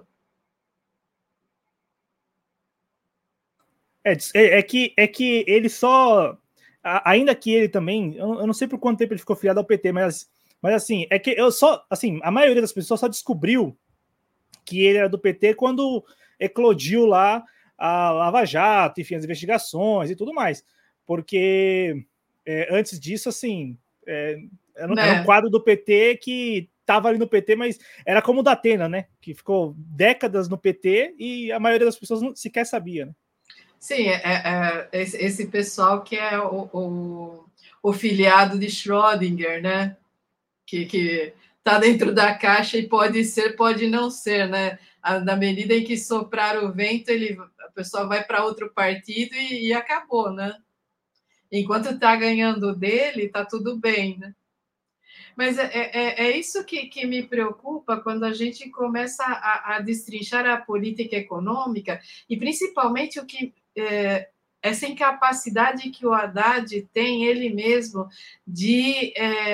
É que ele só... Ainda que ele também... Eu não sei por quanto tempo ele ficou filiado ao PT, mas assim, é que eu só... Assim, a maioria das pessoas só descobriu que ele era do PT quando eclodiu lá a Lava Jato, enfim, as investigações e tudo mais. Porque antes disso, assim, era um quadro do PT que estava ali no PT, mas era como o da Atena, né? Que ficou décadas no PT e a maioria das pessoas não sequer sabia, né? Sim, esse pessoal que é o filiado de Schrödinger, né? Que está dentro da caixa e pode ser, pode não ser, né? Na medida em que soprar o vento, a pessoa vai para outro partido e acabou, né? Enquanto está ganhando dele, está tudo bem, né? Mas é isso que me preocupa quando a gente começa a destrinchar a política econômica e principalmente essa incapacidade que o Haddad tem ele mesmo de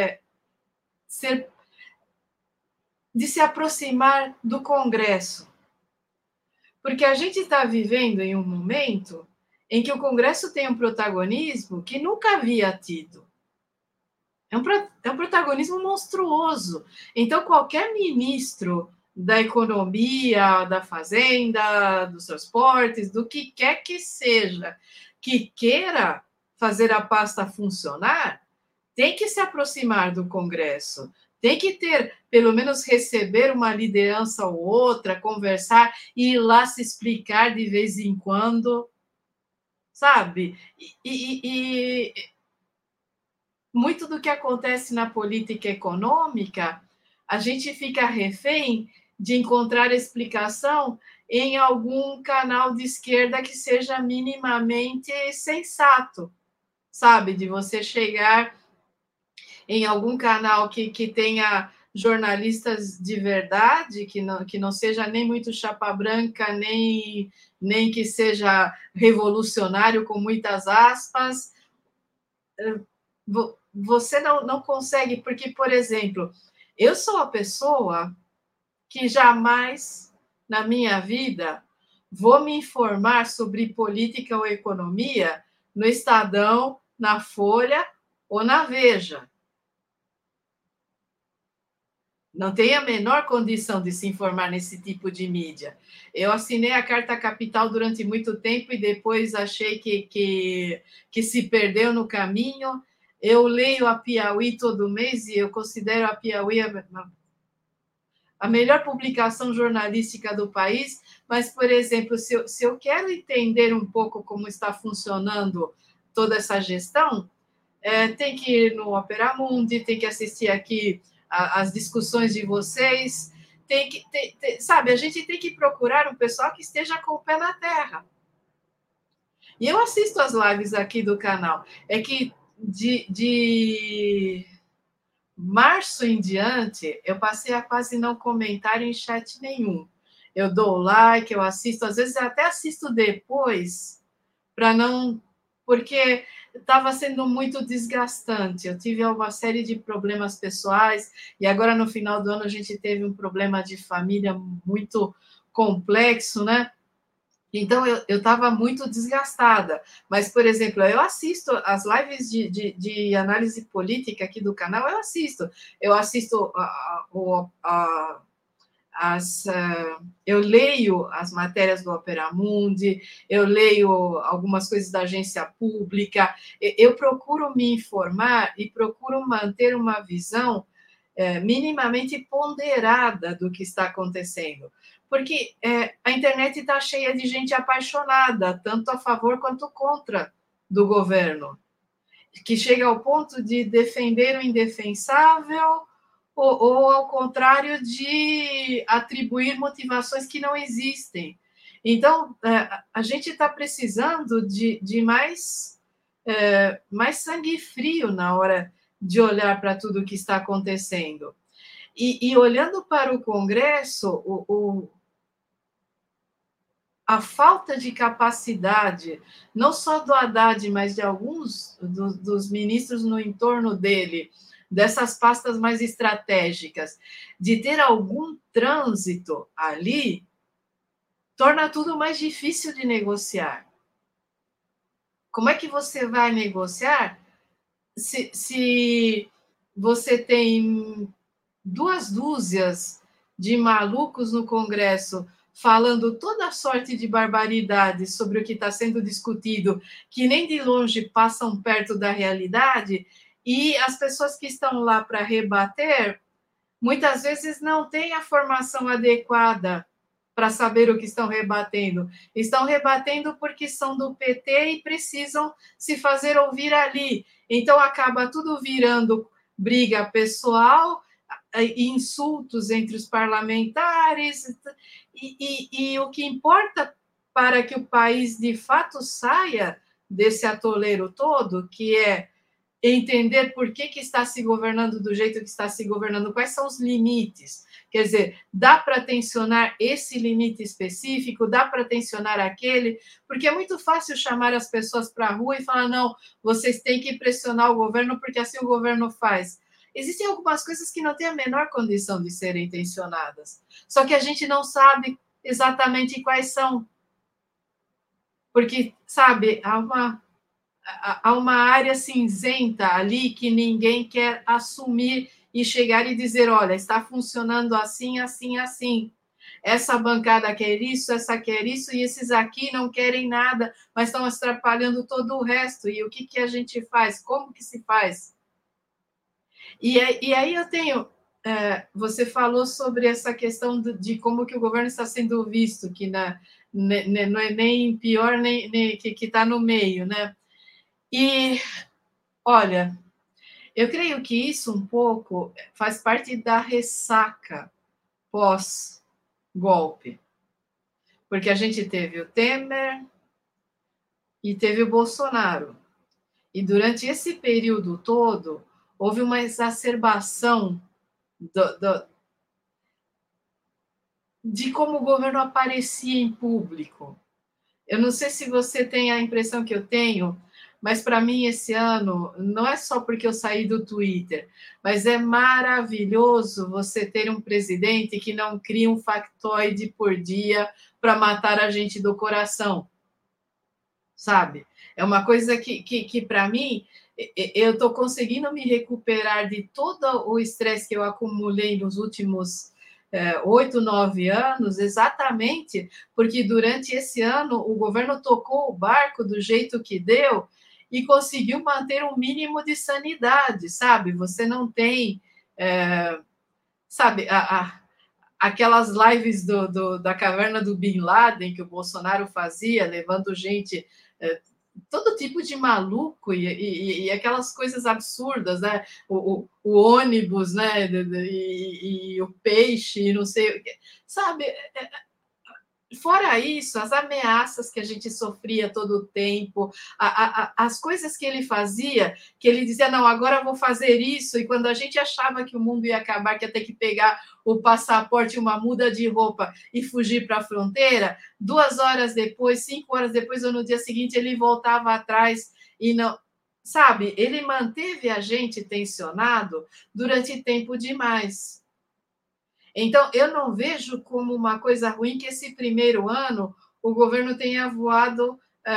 se aproximar do Congresso. Porque a gente está vivendo em um momento em que o Congresso tem um protagonismo que nunca havia tido. É um protagonismo monstruoso. Então, qualquer ministro da economia, da fazenda, dos transportes, do que quer que seja, que queira fazer a pasta funcionar, tem que se aproximar do Congresso, Tem que ter, pelo menos receber uma liderança ou outra, conversar e ir lá se explicar de vez em quando, sabe? E muito do que acontece na política econômica, a gente fica refém de encontrar explicação em algum canal de esquerda que seja minimamente sensato, sabe? De você chegar em algum canal que tenha jornalistas de verdade, que não seja nem muito chapa branca, nem que seja revolucionário com muitas aspas. Você não consegue, porque, por exemplo, eu sou a pessoa que jamais na minha vida vou me informar sobre política ou economia no Estadão, na Folha ou na Veja. Não tem a menor condição de se informar nesse tipo de mídia. Eu assinei a Carta Capital durante muito tempo e depois achei que se perdeu no caminho. Eu leio a Piauí todo mês e eu considero a Piauí a melhor publicação jornalística do país, mas, por exemplo, se eu quero entender um pouco como está funcionando toda essa gestão, tem que ir no Opera Mundi, tem que assistir aqui as discussões de vocês, sabe, a gente tem que procurar um pessoal que esteja com o pé na terra. E eu assisto as lives aqui do canal. É que de março em diante, eu passei a quase não comentar em chat nenhum. Eu dou like, eu assisto, às vezes até assisto depois, para não... Porque estava sendo muito desgastante. Eu tive uma série de problemas pessoais e agora, no final do ano, a gente teve um problema de família muito complexo, né? Então, eu estava muito desgastada. Mas, por exemplo, eu assisto as lives de análise política aqui do canal, eu assisto. Eu assisto eu leio as matérias do Opera Mundi, eu leio algumas coisas da agência pública, eu procuro me informar e procuro manter uma visão minimamente ponderada do que está acontecendo. Porque a internet está cheia de gente apaixonada, tanto a favor quanto contra do governo, que chega ao ponto de defender o indefensável ou ao contrário, de atribuir motivações que não existem. Então, a gente está precisando de mais sangue frio na hora de olhar para tudo o que está acontecendo. E olhando para o Congresso, a falta de capacidade, não só do Haddad, mas de alguns dos ministros no entorno dele, dessas pastas mais estratégicas, de ter algum trânsito ali, torna tudo mais difícil de negociar. Como é que você vai negociar se você tem 2 dúzias de malucos no Congresso falando toda sorte de barbaridades sobre o que está sendo discutido, que nem de longe passam perto da realidade, e as pessoas que estão lá para rebater, muitas vezes não têm a formação adequada para saber o que estão rebatendo. Estão rebatendo porque são do PT e precisam se fazer ouvir ali. Então, acaba tudo virando briga pessoal, insultos entre os parlamentares, e o que importa para que o país, de fato, saia desse atoleiro todo, que é entender por que está se governando do jeito que está se governando, quais são os limites. Quer dizer, dá para tensionar esse limite específico, dá para tensionar aquele, porque é muito fácil chamar as pessoas para a rua e falar, não, vocês têm que pressionar o governo, porque assim o governo faz. Existem algumas coisas que não têm a menor condição de serem tensionadas, só que a gente não sabe exatamente quais são. Porque, sabe, há uma área cinzenta ali que ninguém quer assumir e chegar e dizer, olha, está funcionando assim, assim, assim. Essa bancada quer isso, essa quer isso, e esses aqui não querem nada, mas estão atrapalhando todo o resto. E o que a gente faz? Como que se faz? E aí eu tenho você falou sobre essa questão de como que o governo está sendo visto, que não é nem pior, nem que está no meio, né? E, olha, eu creio que isso um pouco faz parte da ressaca pós-golpe, porque a gente teve o Temer e teve o Bolsonaro. E durante esse período todo, houve uma exacerbação de como o governo aparecia em público. Eu não sei se você tem a impressão que eu tenho, mas para mim esse ano, não é só porque eu saí do Twitter, mas é maravilhoso você ter um presidente que não cria um factoide por dia para matar a gente do coração, sabe? É uma coisa que para mim, eu estou conseguindo me recuperar de todo o estresse que eu acumulei nos últimos 8, 9 anos, exatamente porque durante esse ano o governo tocou o barco do jeito que deu e conseguiu manter um mínimo de sanidade, sabe? Você não tem, sabe, aquelas lives da caverna do Bin Laden que o Bolsonaro fazia, levando gente, todo tipo de maluco e aquelas coisas absurdas, né? O ônibus, né? E o peixe, não sei o que, sabe? Fora isso, as ameaças que a gente sofria todo o tempo, as coisas que ele fazia, que ele dizia, não, agora eu vou fazer isso, e quando a gente achava que o mundo ia acabar, que ia ter que pegar o passaporte, uma muda de roupa e fugir para a fronteira, 2 horas depois, 5 horas depois, ou no dia seguinte, ele voltava atrás e não... Sabe, ele manteve a gente tensionado durante tempo demais. Então, eu não vejo como uma coisa ruim que esse primeiro ano o governo tenha voado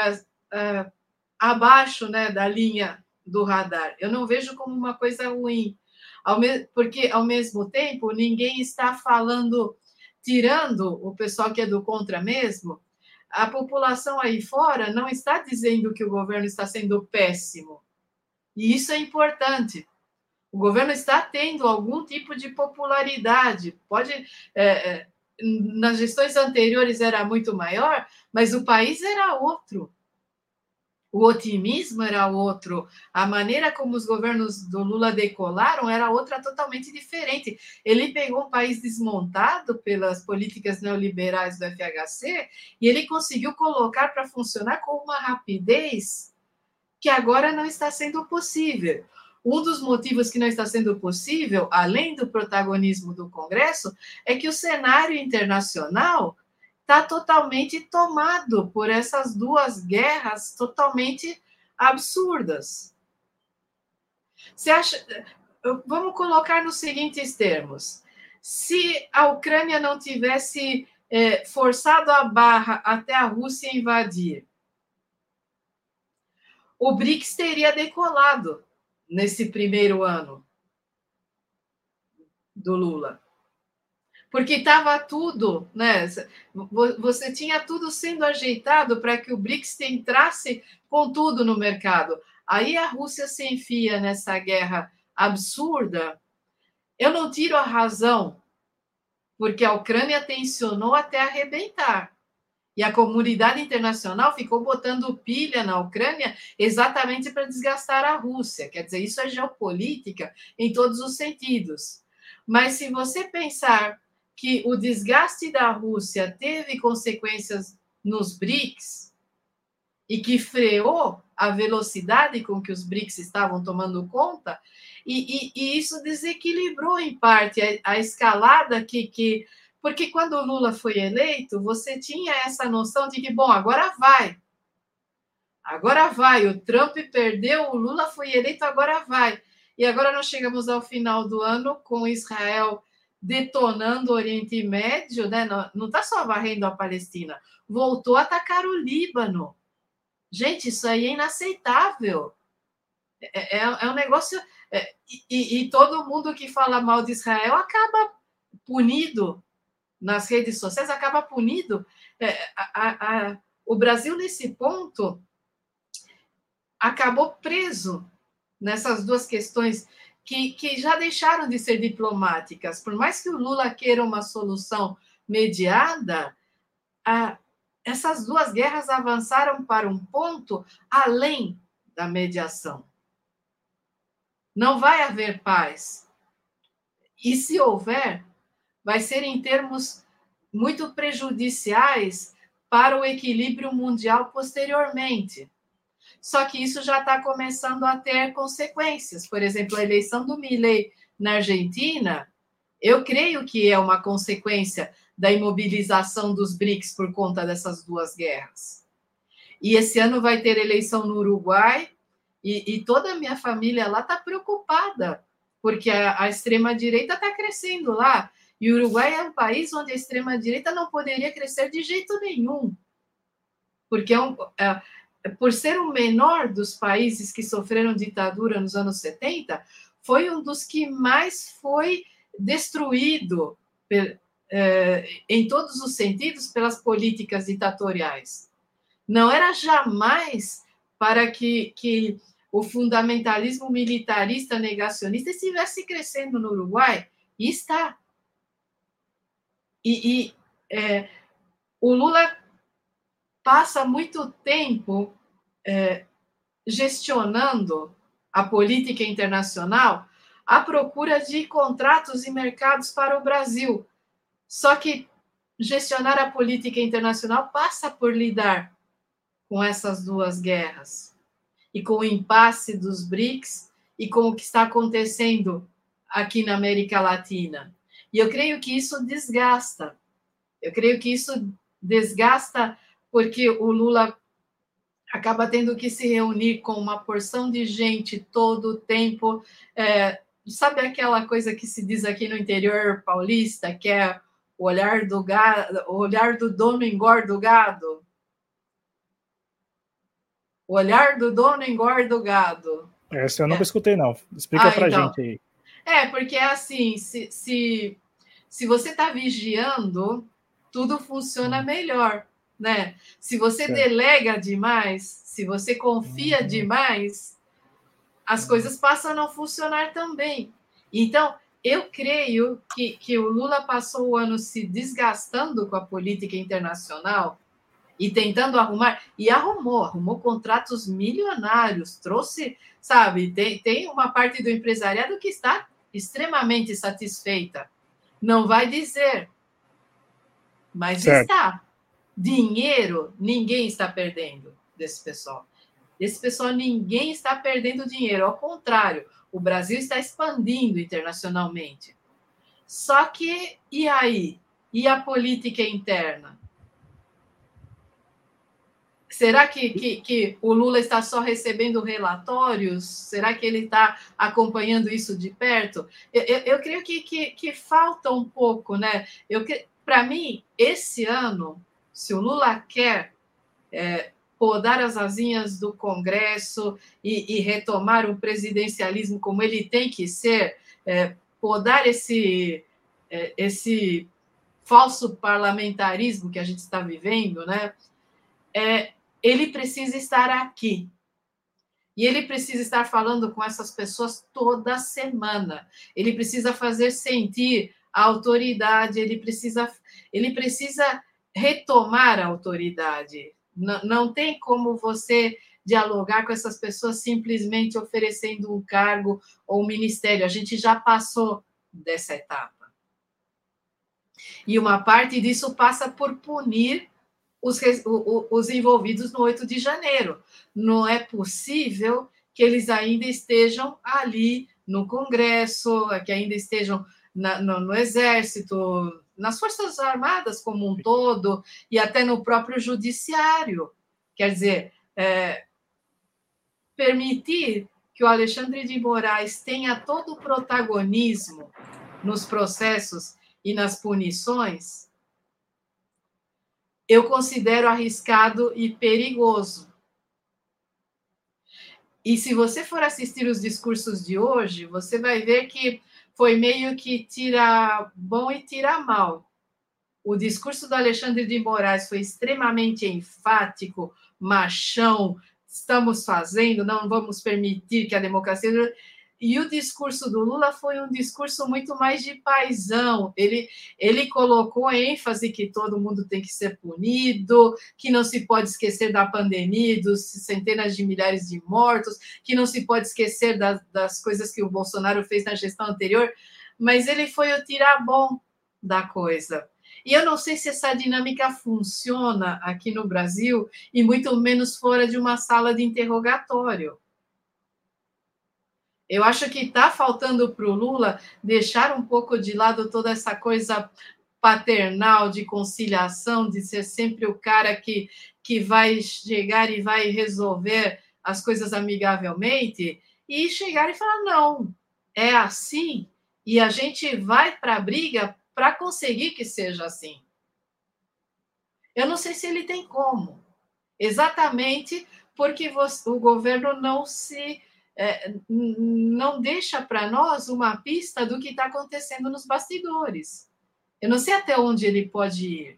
abaixo, né, da linha do radar. Eu não vejo como uma coisa ruim, porque, ao mesmo tempo, ninguém está falando, tirando o pessoal que é do contra mesmo, a população aí fora não está dizendo que o governo está sendo péssimo. E isso é importante. O governo está tendo algum tipo de popularidade. Pode, nas gestões anteriores era muito maior, mas o país era outro. O otimismo era outro. A maneira como os governos do Lula decolaram era outra totalmente diferente. Ele pegou um país desmontado pelas políticas neoliberais do FHC e ele conseguiu colocar para funcionar com uma rapidez que agora não está sendo possível. Um dos motivos que não está sendo possível, além do protagonismo do Congresso, é que o cenário internacional está totalmente tomado por essas duas guerras totalmente absurdas. Você acha... Vamos colocar nos seguintes termos. Se a Ucrânia não tivesse forçado a barra até a Rússia invadir, o BRICS teria decolado nesse primeiro ano do Lula. Porque estava tudo, né? Você tinha tudo sendo ajeitado para que o BRICS entrasse com tudo no mercado. Aí a Rússia se enfia nessa guerra absurda. Eu não tiro a razão, porque a Ucrânia tensionou até arrebentar. E a comunidade internacional ficou botando pilha na Ucrânia exatamente para desgastar a Rússia. Quer dizer, isso é geopolítica em todos os sentidos. Mas se você pensar que o desgaste da Rússia teve consequências nos BRICS e que freou a velocidade com que os BRICS estavam tomando conta, e isso desequilibrou, em parte, a escalada que... Porque quando o Lula foi eleito, você tinha essa noção de que, bom, agora vai. Agora vai. O Trump perdeu, o Lula foi eleito, agora vai. E agora nós chegamos ao final do ano com Israel detonando o Oriente Médio, né? Não está só varrendo a Palestina, voltou a atacar o Líbano. Gente, isso aí é inaceitável. É um negócio... E todo mundo que fala mal de Israel acaba punido nas redes sociais, acaba punido. O Brasil, nesse ponto, acabou preso nessas duas questões que já deixaram de ser diplomáticas. Por mais que o Lula queira uma solução mediada, essas duas guerras avançaram para um ponto além da mediação. Não vai haver paz. E se houver, vai ser em termos muito prejudiciais para o equilíbrio mundial posteriormente. Só que isso já está começando a ter consequências. Por exemplo, a eleição do Milei na Argentina, eu creio que é uma consequência da imobilização dos BRICS por conta dessas duas guerras. E esse ano vai ter eleição no Uruguai, e toda a minha família lá está preocupada, porque a extrema-direita está crescendo lá. E o Uruguai é um país onde a extrema-direita não poderia crescer de jeito nenhum, porque por ser o menor dos países que sofreram ditadura nos anos 70, foi um dos que mais foi destruído em todos os sentidos pelas políticas ditatoriais. Não era jamais para que o fundamentalismo militarista negacionista estivesse crescendo no Uruguai, e está. O Lula passa muito tempo gestionando a política internacional à procura de contratos e mercados para o Brasil. Só que gestionar a política internacional passa por lidar com essas duas guerras e com o impasse dos BRICS e com o que está acontecendo aqui na América Latina. E eu creio que isso desgasta. Eu creio que isso desgasta porque o Lula acaba tendo que se reunir com uma porção de gente todo o tempo. Sabe aquela coisa que se diz aqui no interior paulista, que é o olhar do gado, o olhar do dono engorda o gado? O olhar do dono engorda o gado. Essa eu nunca escutei, não. Explica pra então, gente aí. Porque é assim, se você está vigiando, tudo funciona melhor, né? Se você delega demais, se você confia demais, as coisas passam a não funcionar também. Então, eu creio que o Lula passou o ano se desgastando com a política internacional e tentando arrumar, e arrumou contratos milionários, trouxe, sabe, tem uma parte do empresariado que está extremamente satisfeita. Não vai dizer, mas está. Dinheiro, ninguém está perdendo desse pessoal. Desse pessoal, ninguém está perdendo dinheiro. Ao contrário, o Brasil está expandindo internacionalmente. Só que, e aí? E a política interna? Será que o Lula está só recebendo relatórios? Será que ele está acompanhando isso de perto? Eu creio que falta um pouco, né? Para mim, esse ano, se o Lula quer podar as asinhas do Congresso e retomar o presidencialismo como ele tem que ser, podar esse falso parlamentarismo que a gente está vivendo, né? Ele precisa estar aqui. E ele precisa estar falando com essas pessoas toda semana. Ele precisa fazer sentir a autoridade, ele precisa retomar a autoridade. Não tem como você dialogar com essas pessoas simplesmente oferecendo um cargo ou um ministério. A gente já passou dessa etapa. E uma parte disso passa por punir os envolvidos no 8 de janeiro. Não é possível que eles ainda estejam ali no Congresso, que ainda estejam no Exército, nas Forças Armadas como um todo, e até no próprio Judiciário. Quer dizer, permitir que o Alexandre de Moraes tenha todo o protagonismo nos processos e nas punições, eu considero arriscado e perigoso. E se você for assistir os discursos de hoje, você vai ver que foi meio que tira bom e tira mal. O discurso do Alexandre de Moraes foi extremamente enfático, machão, estamos fazendo, não vamos permitir que a democracia... E o discurso do Lula foi um discurso muito mais de paisão. Ele colocou ênfase que todo mundo tem que ser punido, que não se pode esquecer da pandemia, dos centenas de milhares de mortos, que não se pode esquecer das coisas que o Bolsonaro fez na gestão anterior, mas ele foi o tirabom da coisa. E eu não sei se essa dinâmica funciona aqui no Brasil, e muito menos fora de uma sala de interrogatório. Eu acho que está faltando para o Lula deixar um pouco de lado toda essa coisa paternal de conciliação, de ser sempre o cara que vai chegar e vai resolver as coisas amigavelmente, e chegar e falar, não, é assim, e a gente vai para a briga para conseguir que seja assim. Eu não sei se ele tem como, exatamente porque o governo não deixa para nós uma pista do que está acontecendo nos bastidores. Eu não sei até onde ele pode ir.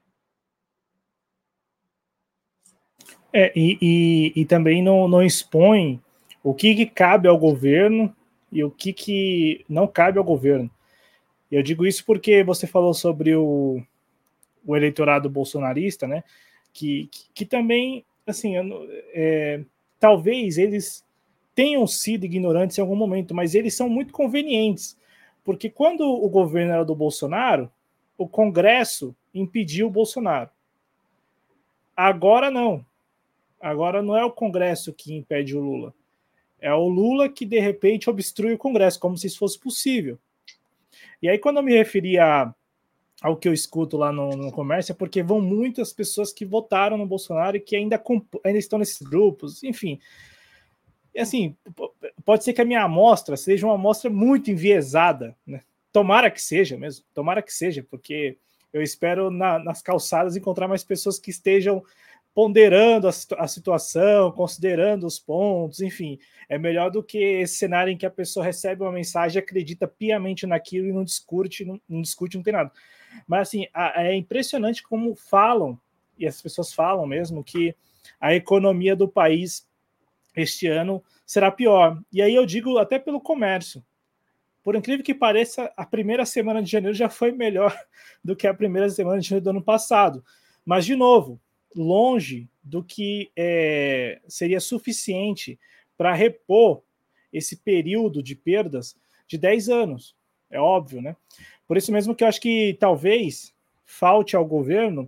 E também não expõe o que cabe ao governo e o que não cabe ao governo. Eu digo isso porque você falou sobre o eleitorado bolsonarista, né? Que também, assim, talvez eles tenham sido ignorantes em algum momento, mas eles são muito convenientes, porque quando o governo era do Bolsonaro, o Congresso impediu o Bolsonaro. Agora não. Agora não é o Congresso que impede o Lula. É o Lula que, de repente, obstrui o Congresso, como se isso fosse possível. E aí, quando eu me referi ao que eu escuto lá no comércio, é porque vão muitas pessoas que votaram no Bolsonaro e que ainda estão nesses grupos, enfim. E assim, pode ser que a minha amostra seja uma amostra muito enviesada, né? Tomara que seja mesmo, tomara que seja, porque eu espero nas calçadas encontrar mais pessoas que estejam ponderando a situação, considerando os pontos, enfim, é melhor do que esse cenário em que a pessoa recebe uma mensagem, acredita piamente naquilo e não discute, não tem nada. Mas assim, é impressionante como falam, e as pessoas falam mesmo, que a economia do país este ano será pior. E aí eu digo até pelo comércio. Por incrível que pareça, a primeira semana de janeiro já foi melhor do que a primeira semana de janeiro do ano passado. Mas, de novo, longe do que seria suficiente para repor esse período de perdas de 10 anos. É óbvio, né? Por isso mesmo que eu acho que talvez falte ao governo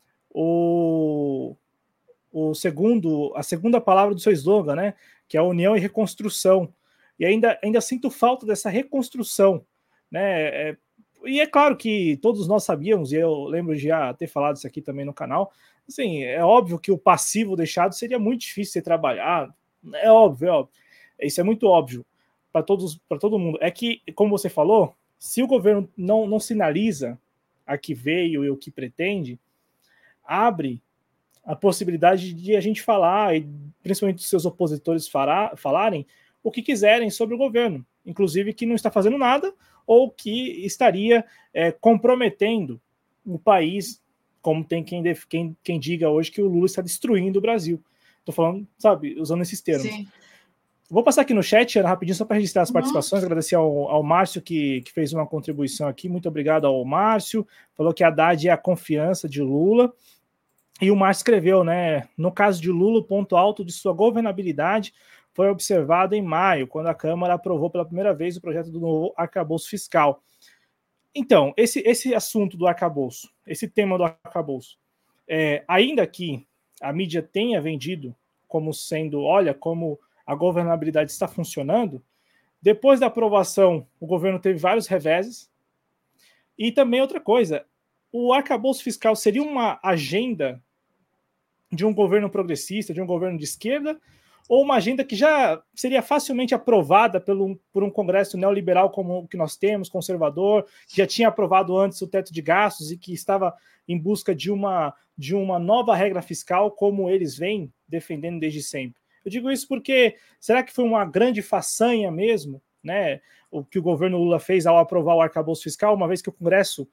a segunda palavra do seu slogan, né? Que é a união e reconstrução. E ainda sinto falta dessa reconstrução, né? E é claro que todos nós sabíamos, e eu lembro de já ter falado isso aqui também no canal, assim, é óbvio que o passivo deixado seria muito difícil de trabalhar, é óbvio. Isso é muito óbvio para todo mundo. É que, como você falou, se o governo não sinaliza a que veio e o que pretende, abre a possibilidade de a gente falar, e principalmente os seus opositores falarem o que quiserem sobre o governo, inclusive que não está fazendo nada ou que estaria comprometendo o país, como tem quem diga hoje que o Lula está destruindo o Brasil. Estou falando, sabe, usando esses termos. Sim. Vou passar aqui no chat, Ana, rapidinho, só para registrar as participações, agradecer ao Márcio que fez uma contribuição aqui, muito obrigado ao Márcio, falou que a Haddad é a confiança de Lula. E o Márcio escreveu, né? No caso de Lula, o ponto alto de sua governabilidade foi observado em maio, quando a Câmara aprovou pela primeira vez o projeto do novo arcabouço fiscal. Então, esse assunto do arcabouço, esse tema do arcabouço, ainda que a mídia tenha vendido como sendo, olha, como a governabilidade está funcionando, depois da aprovação, o governo teve vários reveses. E também outra coisa, o arcabouço fiscal seria uma agenda de um governo progressista, de um governo de esquerda, ou uma agenda que já seria facilmente aprovada por um Congresso neoliberal como o que nós temos, conservador, que já tinha aprovado antes o teto de gastos e que estava em busca de uma nova regra fiscal, como eles vêm defendendo desde sempre. Eu digo isso porque, será que foi uma grande façanha mesmo, né, o que o governo Lula fez ao aprovar o arcabouço fiscal, uma vez que o Congresso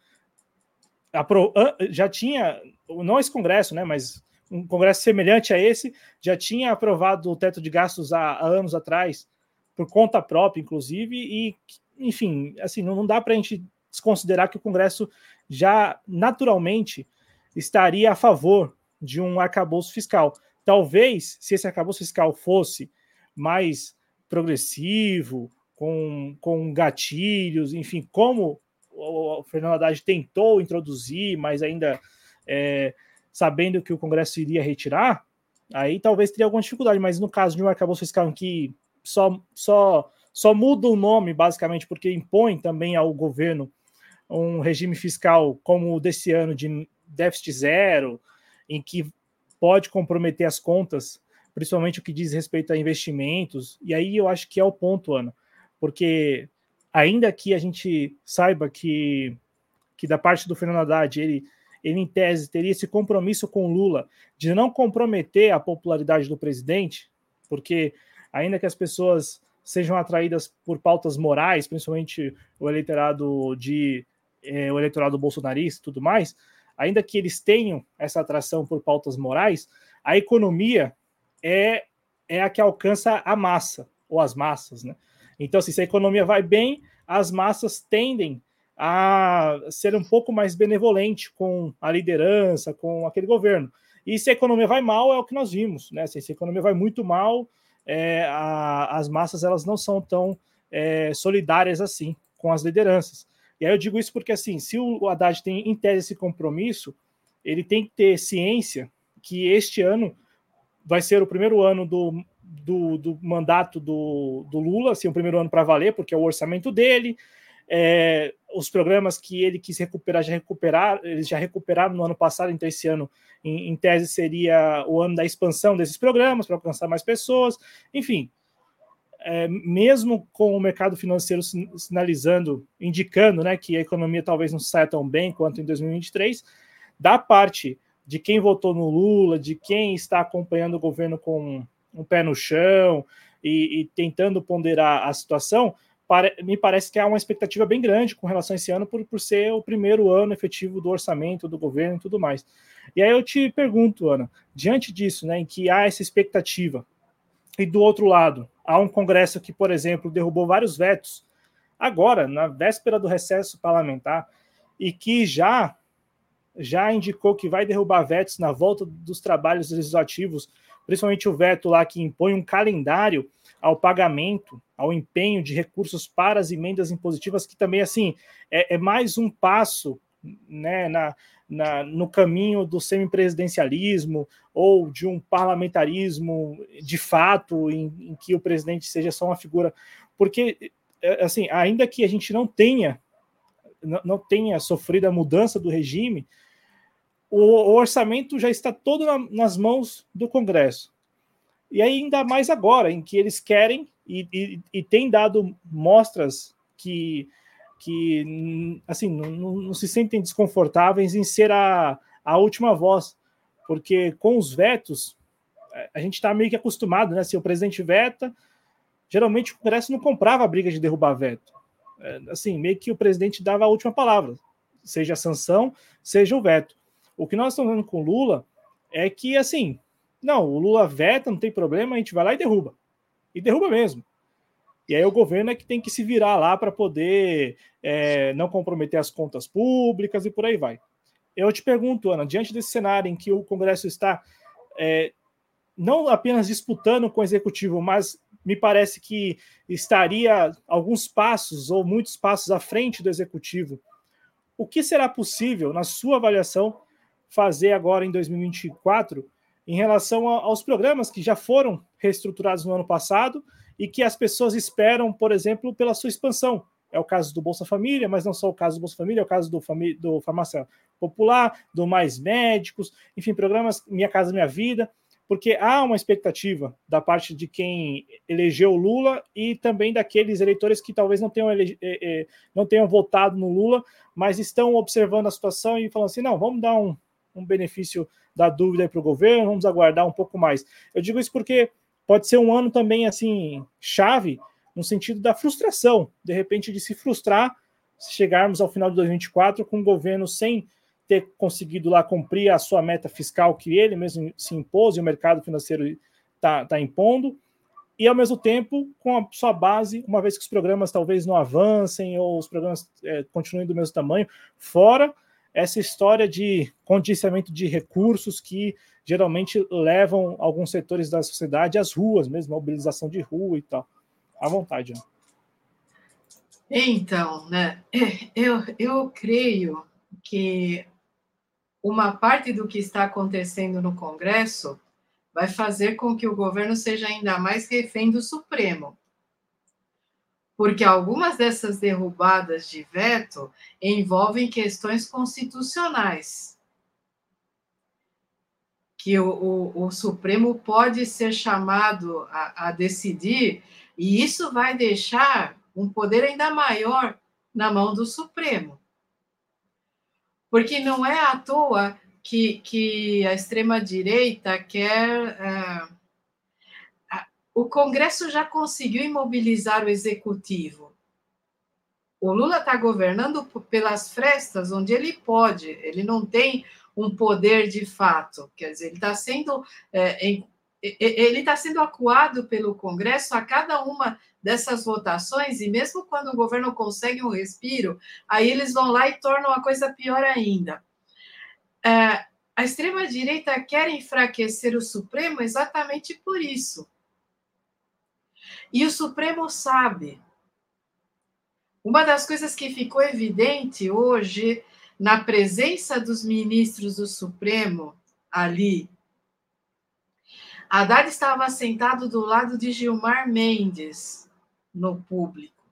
já tinha, não esse Congresso, né, mas um Congresso semelhante a esse, já tinha aprovado o teto de gastos há anos atrás, por conta própria, inclusive, e, enfim, assim, não dá para a gente desconsiderar que o Congresso já naturalmente estaria a favor de um arcabouço fiscal. Talvez, se esse arcabouço fiscal fosse mais progressivo, com gatilhos, enfim, como o Fernando Haddad tentou introduzir, mas ainda sabendo que o Congresso iria retirar, aí talvez teria alguma dificuldade, mas no caso de um arcabouço fiscal em que só muda o nome, basicamente, porque impõe também ao governo um regime fiscal como o desse ano de déficit zero, em que pode comprometer as contas, principalmente o que diz respeito a investimentos, e aí eu acho que é o ponto, Ana, porque ainda que a gente saiba que da parte do Fernando Haddad, ele em tese teria esse compromisso com o Lula de não comprometer a popularidade do presidente, porque ainda que as pessoas sejam atraídas por pautas morais, principalmente o eleitorado bolsonarista e tudo mais, ainda que eles tenham essa atração por pautas morais, a economia é a que alcança a massa, ou as massas, né? Então, assim, se a economia vai bem, as massas tendem a ser um pouco mais benevolente com a liderança, com aquele governo. E se a economia vai mal, é o que nós vimos, né? Se a economia vai muito mal, as massas elas não são tão solidárias assim com as lideranças. E aí eu digo isso porque, assim, se o Haddad tem, em tese, esse compromisso, ele tem que ter ciência que este ano vai ser o primeiro ano do mandato do Lula, assim, o primeiro ano para valer, porque é o orçamento dele, os programas que ele quis recuperar, eles já recuperaram no ano passado, então esse ano, em tese, seria o ano da expansão desses programas para alcançar mais pessoas, enfim. Mesmo com o mercado financeiro sinalizando, indicando, né, que a economia talvez não saia tão bem quanto em 2023, da parte de quem votou no Lula, de quem está acompanhando o governo com um pé no chão e tentando ponderar a situação, me parece que há uma expectativa bem grande com relação a esse ano por ser o primeiro ano efetivo do orçamento do governo e tudo mais. E aí eu te pergunto, Ana, diante disso, né, em que há essa expectativa, e do outro lado, há um Congresso que, por exemplo, derrubou vários vetos agora, na véspera do recesso parlamentar, e que já indicou que vai derrubar vetos na volta dos trabalhos legislativos, principalmente o veto lá que impõe um calendário ao pagamento, ao empenho de recursos para as emendas impositivas, que também, assim, é mais um passo, né, no caminho do semipresidencialismo ou de um parlamentarismo de fato em que o presidente seja só uma figura, porque, assim, ainda que a gente não tenha sofrido a mudança do regime, o orçamento já está todo nas mãos do Congresso. E ainda mais agora, em que eles querem e têm dado mostras que assim, não se sentem desconfortáveis em ser a última voz, porque com os vetos, a gente está meio que acostumado, né? Se o presidente veta, geralmente o Congresso não comprava a briga de derrubar veto. Assim, meio que o presidente dava a última palavra, seja a sanção, seja o veto. O que nós estamos vendo com o Lula é que, assim, não, o Lula veta, não tem problema, a gente vai lá e derruba. E derruba mesmo. E aí o governo é que tem que se virar lá para poder não comprometer as contas públicas e por aí vai. Eu te pergunto, Ana, diante desse cenário em que o Congresso está não apenas disputando com o Executivo, mas me parece que estaria alguns passos ou muitos passos à frente do Executivo, o que será possível, na sua avaliação, fazer agora em 2024 em relação aos programas que já foram reestruturados no ano passado e que as pessoas esperam, por exemplo, pela sua expansão? É o caso do Bolsa Família, mas não só o caso do Bolsa Família, é o caso do Farmácia Popular, do Mais Médicos, enfim, programas Minha Casa Minha Vida, porque há uma expectativa da parte de quem elegeu o Lula e também daqueles eleitores que talvez não tenham votado no Lula, mas estão observando a situação e falando assim, não, vamos dar um benefício da dúvida para o governo, vamos aguardar um pouco mais. Eu digo isso porque pode ser um ano também, assim, chave, no sentido da frustração, de repente de se frustrar se chegarmos ao final de 2024 com um governo sem ter conseguido lá cumprir a sua meta fiscal que ele mesmo se impôs e o mercado financeiro está impondo, e, ao mesmo tempo, com a sua base, uma vez que os programas talvez não avancem ou os programas continuem do mesmo tamanho, fora essa história de condicionamento de recursos que geralmente levam alguns setores da sociedade às ruas mesmo, mobilização de rua e tal. À vontade, Ana. Então, né, eu creio que uma parte do que está acontecendo no Congresso vai fazer com que o governo seja ainda mais refém do Supremo. Porque algumas dessas derrubadas de veto envolvem questões constitucionais, que o Supremo pode ser chamado a decidir, e isso vai deixar um poder ainda maior na mão do Supremo. Porque não é à toa que a extrema-direita quer... o Congresso já conseguiu imobilizar o Executivo. O Lula está governando pelas frestas onde ele pode, ele não tem um poder de fato, quer dizer, ele está sendo acuado pelo Congresso a cada uma dessas votações, e mesmo quando o governo consegue um respiro, aí eles vão lá e tornam a coisa pior ainda. A extrema-direita quer enfraquecer o Supremo exatamente por isso. E o Supremo sabe. Uma das coisas que ficou evidente hoje, na presença dos ministros do Supremo ali, Haddad estava sentado do lado de Gilmar Mendes, no público.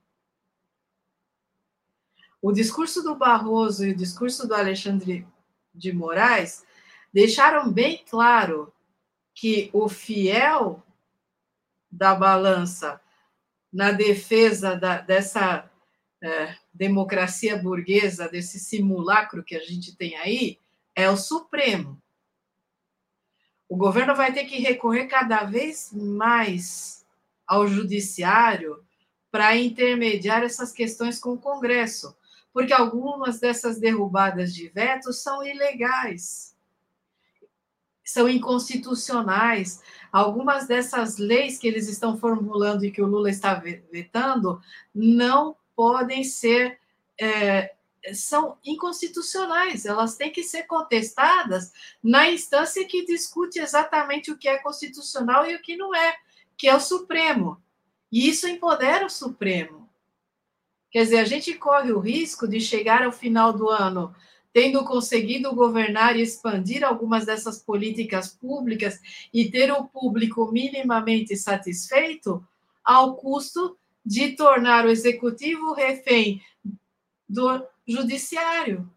O discurso do Barroso e o discurso do Alexandre de Moraes deixaram bem claro que o fiel da balança na defesa dessa democracia burguesa, desse simulacro que a gente tem aí, é o Supremo. O governo vai ter que recorrer cada vez mais ao judiciário para intermediar essas questões com o Congresso, porque algumas dessas derrubadas de vetos são ilegais, são inconstitucionais. Algumas dessas leis que eles estão formulando e que o Lula está vetando não podem ser, são inconstitucionais, elas têm que ser contestadas na instância que discute exatamente o que é constitucional e o que não é, que é o Supremo. E isso empodera o Supremo. Quer dizer, a gente corre o risco de chegar ao final do ano tendo conseguido governar e expandir algumas dessas políticas públicas e ter o público minimamente satisfeito, ao custo de tornar o executivo refém do judiciário.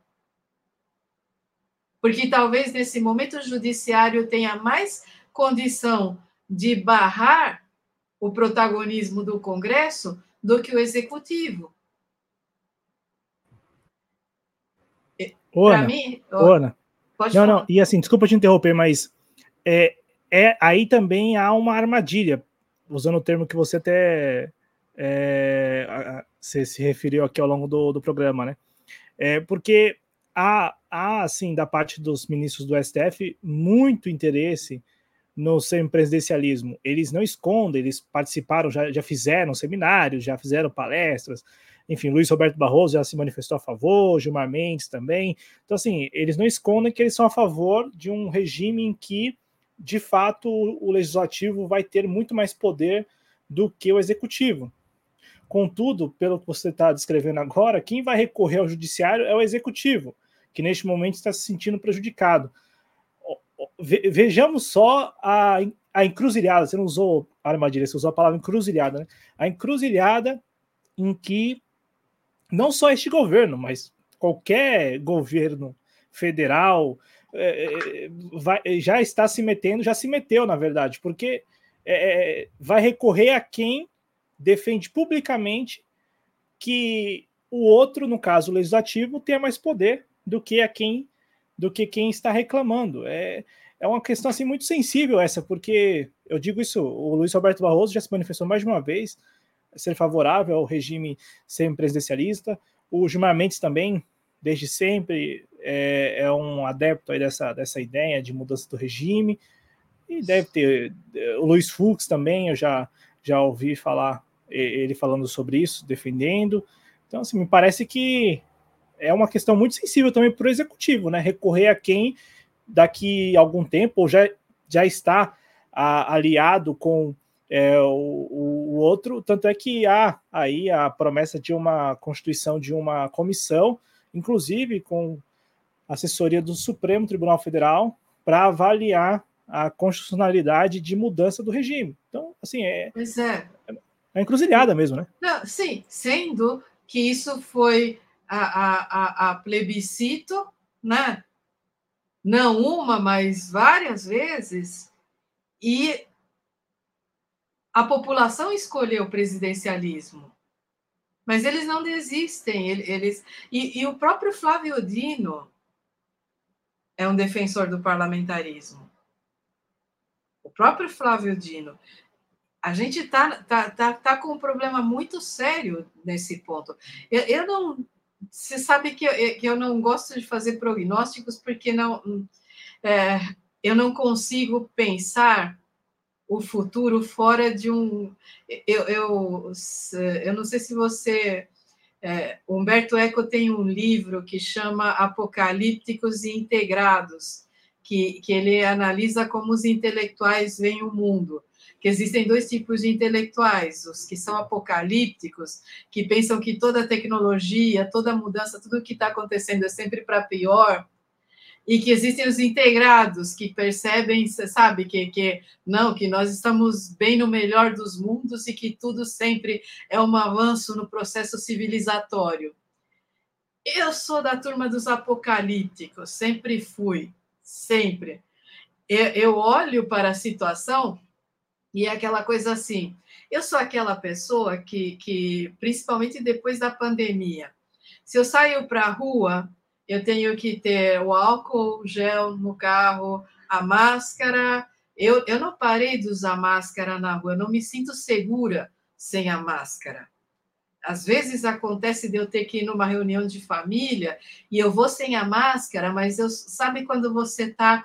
Porque talvez nesse momento o judiciário tenha mais condição de barrar o protagonismo do Congresso do que o executivo. Ana, mim, Ana. Pode falar. Não, e assim, desculpa te interromper, mas aí também há uma armadilha, usando o termo que você até você se referiu aqui ao longo do programa, né? Porque há, assim, da parte dos ministros do STF, muito interesse no semipresidencialismo. Eles não escondem, eles participaram, já fizeram seminários, já fizeram palestras, enfim, Luiz Roberto Barroso já se manifestou a favor, Gilmar Mendes também. Então, assim, eles não escondem que eles são a favor de um regime em que, de fato, o legislativo vai ter muito mais poder do que o executivo. Contudo, pelo que você está descrevendo agora, quem vai recorrer ao judiciário é o executivo, que neste momento está se sentindo prejudicado. Vejamos só a encruzilhada, você não usou armadilha, você usou a palavra encruzilhada, né? A encruzilhada em que não só este governo, mas qualquer governo federal já está se metendo, já se meteu, na verdade, porque vai recorrer a quem defende publicamente que o outro, no caso o legislativo, tenha mais poder do que quem está reclamando. É uma questão assim muito sensível essa, porque eu digo isso, o Luiz Roberto Barroso já se manifestou mais de uma vez ser favorável ao regime semipresidencialista. O Gilmar Mendes também, desde sempre, é um adepto aí dessa ideia de mudança do regime. E deve ter o Luiz Fux também, eu já já ouvi falar ele falando sobre isso, defendendo. Então, assim, me parece que é uma questão muito sensível também para o executivo, né? Recorrer a quem daqui a algum tempo ou já está aliado com o outro, tanto é que há aí a promessa de uma constituição de uma comissão, inclusive com assessoria do Supremo Tribunal Federal, para avaliar a constitucionalidade de mudança do regime. Então, assim, Pois é. É encruzilhada mesmo, né? Não, sim, sendo que isso foi a plebiscito, né? Não uma, mas várias vezes, e a população escolheu o presidencialismo. Mas eles não desistem, e o próprio Flávio Dino é um defensor do parlamentarismo. O próprio Flávio Dino. A gente está com um problema muito sério nesse ponto. Eu não. Você sabe que eu não gosto de fazer prognósticos, porque eu não consigo pensar o futuro fora de um. Eu não sei se você. Humberto Eco tem um livro que chama Apocalípticos e Integrados, que ele analisa como os intelectuais veem o mundo. Que existem dois tipos de intelectuais, os que são apocalípticos, que pensam que toda tecnologia, toda mudança, tudo que está acontecendo é sempre para pior, e que existem os integrados, que percebem, sabe, que nós estamos bem no melhor dos mundos e que tudo sempre é um avanço no processo civilizatório. Eu sou da turma dos apocalípticos, sempre fui, sempre. Eu olho para a situação e é aquela coisa assim, eu sou aquela pessoa que principalmente depois da pandemia, se eu saio para a rua, eu tenho que ter o álcool gel no carro, a máscara. Eu não parei de usar máscara na rua, eu não me sinto segura sem a máscara. Às vezes acontece de eu ter que ir numa reunião de família e eu vou sem a máscara, mas sabe quando você está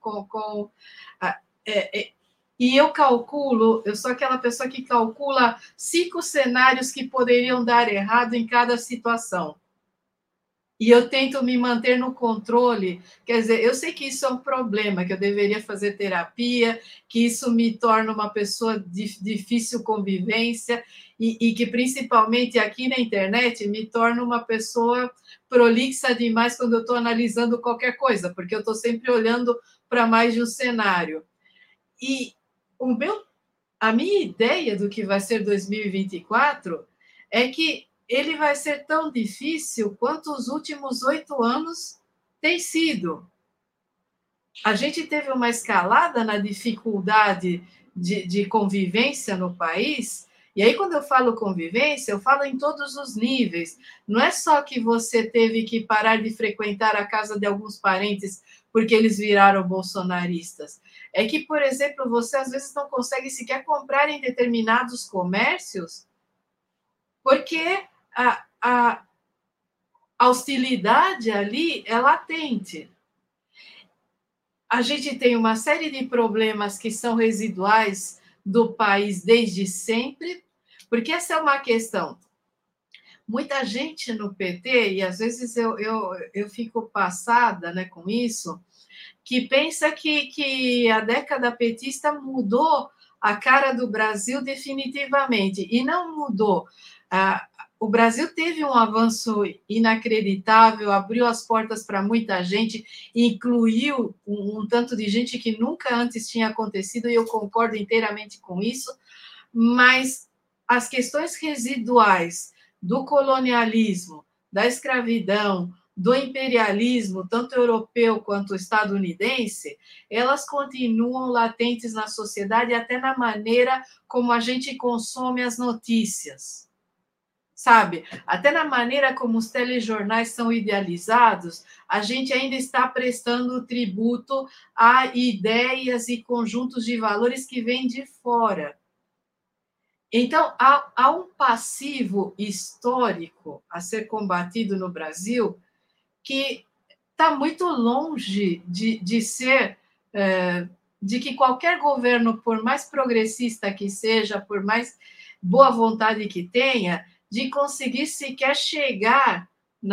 e eu calculo, eu sou aquela pessoa que calcula 5 cenários que poderiam dar errado em cada situação. E eu tento me manter no controle. Quer dizer, eu sei que isso é um problema, que eu deveria fazer terapia, que isso me torna uma pessoa de difícil convivência e que, principalmente aqui na internet, me torna uma pessoa prolixa demais quando eu estou analisando qualquer coisa, porque eu estou sempre olhando para mais de um cenário. E a minha ideia do que vai ser 2024 é que ele vai ser tão difícil quanto os últimos 8 anos tem sido. A gente teve uma escalada na dificuldade de convivência no país, e aí quando eu falo convivência, eu falo em todos os níveis. Não é só que você teve que parar de frequentar a casa de alguns parentes porque eles viraram bolsonaristas. É que, por exemplo, você às vezes não consegue sequer comprar em determinados comércios porque a hostilidade ali é latente. A gente tem uma série de problemas que são residuais do país desde sempre, porque essa é uma questão. Muita gente no PT, e às vezes eu fico passada, né, com isso, que pensa que a década petista mudou a cara do Brasil definitivamente, e não mudou. O Brasil teve um avanço inacreditável, abriu as portas para muita gente, incluiu um tanto de gente que nunca antes tinha acontecido, e eu concordo inteiramente com isso, mas as questões residuais do colonialismo, da escravidão, do imperialismo, tanto europeu quanto estadunidense, elas continuam latentes na sociedade, até na maneira como a gente consome as notícias. Sabe? Até na maneira como os telejornais são idealizados, a gente ainda está prestando tributo a ideias e conjuntos de valores que vêm de fora. Então, há um passivo histórico a ser combatido no Brasil que está muito longe de ser de que qualquer governo, por mais progressista que seja, por mais boa vontade que tenha, de conseguir sequer chegar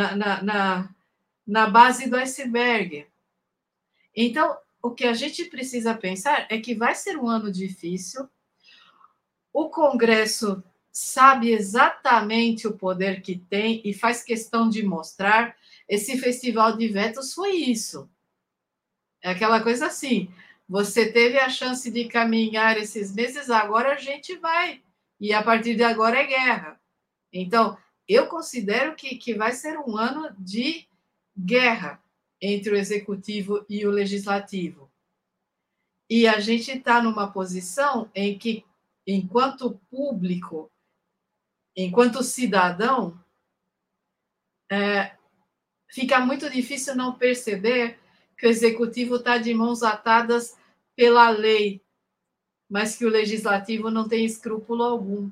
na base do iceberg. Então, o que a gente precisa pensar é que vai ser um ano difícil. O Congresso sabe exatamente o poder que tem e faz questão de mostrar. Esse festival de vetos foi isso. É aquela coisa assim, você teve a chance de caminhar esses meses, agora a gente vai. E a partir de agora é guerra. Então, eu considero que vai ser um ano de guerra entre o executivo e o legislativo. E a gente está numa posição em que, enquanto público, enquanto cidadão, fica muito difícil não perceber que o executivo está de mãos atadas pela lei, mas que o legislativo não tem escrúpulo algum.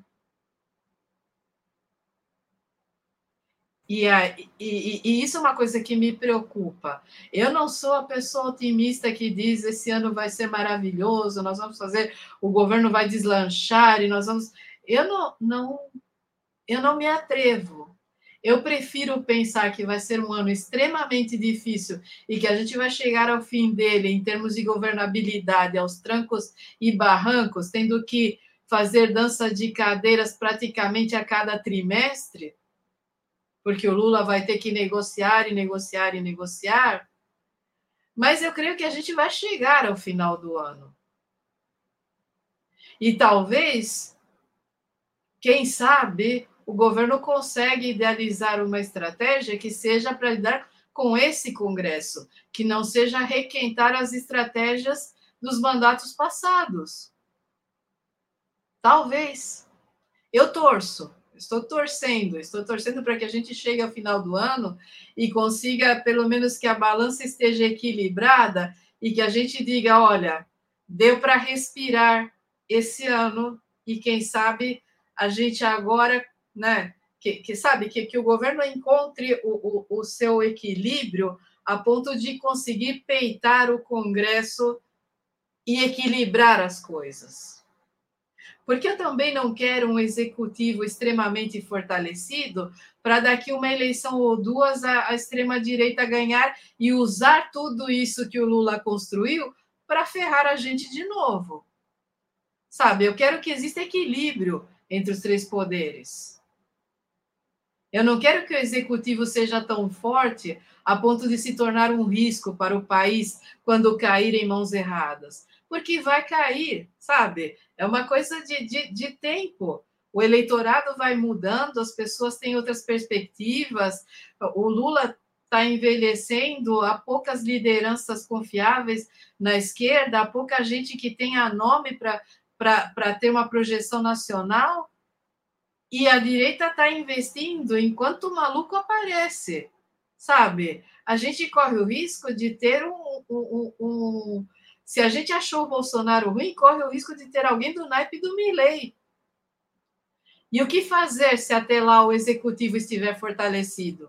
E isso é uma coisa que me preocupa. Eu não sou a pessoa otimista que diz esse ano vai ser maravilhoso, nós vamos fazer, o governo vai deslanchar e nós vamos. Eu não me atrevo. Eu prefiro pensar que vai ser um ano extremamente difícil e que a gente vai chegar ao fim dele em termos de governabilidade, aos trancos e barrancos, tendo que fazer dança de cadeiras praticamente a cada trimestre, porque o Lula vai ter que negociar e negociar e negociar. Mas eu creio que a gente vai chegar ao final do ano. E talvez, quem sabe, o governo consegue idealizar uma estratégia que seja para lidar com esse Congresso, que não seja requentar as estratégias dos mandatos passados. Talvez. Eu estou torcendo para que a gente chegue ao final do ano e consiga, pelo menos, que a balança esteja equilibrada e que a gente diga, olha, deu para respirar esse ano e, quem sabe, a gente agora, né, que o governo encontre o seu equilíbrio a ponto de conseguir peitar o Congresso e equilibrar as coisas. Porque eu também não quero um executivo extremamente fortalecido para daqui uma eleição ou duas a extrema-direita ganhar e usar tudo isso que o Lula construiu para ferrar a gente de novo. Sabe, eu quero que exista equilíbrio entre os três poderes. Eu não quero que o executivo seja tão forte a ponto de se tornar um risco para o país quando cair em mãos erradas. Porque vai cair, sabe? É uma coisa de tempo. O eleitorado vai mudando, as pessoas têm outras perspectivas. O Lula está envelhecendo, há poucas lideranças confiáveis na esquerda, há pouca gente que tenha nome para ter uma projeção nacional. E a direita está investindo enquanto o maluco aparece, sabe? A gente corre o risco de ter se a gente achou o Bolsonaro ruim, corre o risco de ter alguém do naipe do Milei. E o que fazer se até lá o executivo estiver fortalecido?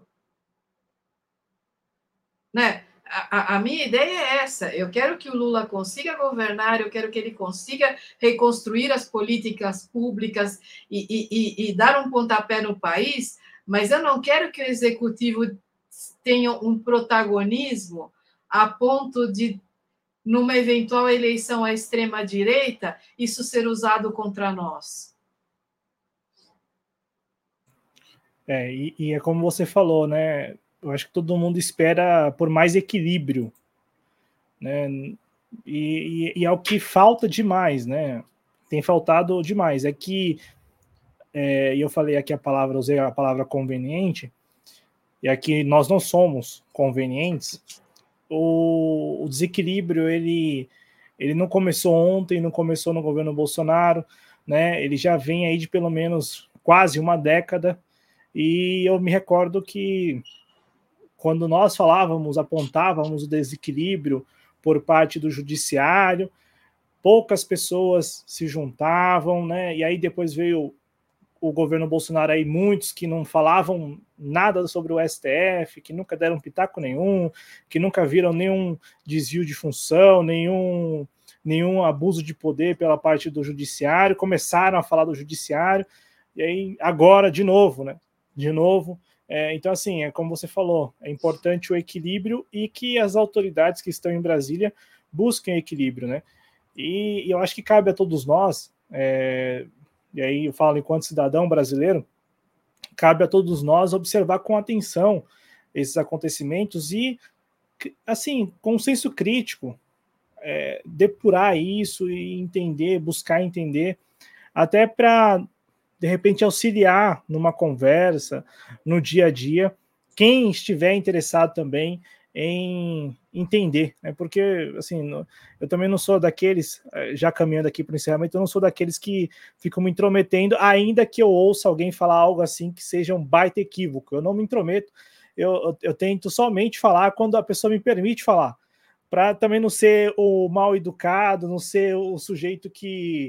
Né? A minha ideia é essa. Eu quero que o Lula consiga governar, eu quero que ele consiga reconstruir as políticas públicas e dar um pontapé no país, mas eu não quero que o executivo tenha um protagonismo a ponto de, numa eventual eleição à extrema-direita, isso ser usado contra nós. E é como você falou, né? Eu acho que todo mundo espera por mais equilíbrio, né? E é o que falta demais, né? Tem faltado demais. É que, e eu falei aqui usei a palavra conveniente, e aqui nós não somos convenientes. O desequilíbrio, ele não começou ontem, não começou no governo Bolsonaro, né? Ele já vem aí de pelo menos quase uma década, e eu me recordo que quando nós apontávamos o desequilíbrio por parte do judiciário, poucas pessoas se juntavam, né? E aí depois veio o governo Bolsonaro aí, muitos que não falavam nada sobre o STF, que nunca deram pitaco nenhum, que nunca viram nenhum desvio de função, nenhum abuso de poder pela parte do judiciário, começaram a falar do judiciário, e aí agora de novo, né? De novo. Então, assim, é como você falou, é importante o equilíbrio e que as autoridades que estão em Brasília busquem equilíbrio, né? E eu acho que cabe a todos nós, e aí eu falo enquanto cidadão brasileiro, cabe a todos nós observar com atenção esses acontecimentos e, assim, com um senso crítico, depurar isso e entender, buscar entender, até para, de repente, auxiliar numa conversa, no dia a dia, quem estiver interessado também em entender, né? Porque, assim, eu também não sou daqueles, já caminhando aqui para o encerramento, eu não sou daqueles que ficam me intrometendo, ainda que eu ouça alguém falar algo assim que seja um baita equívoco. Eu não me intrometo, eu tento somente falar quando a pessoa me permite falar, para também não ser o mal educado, não ser o sujeito que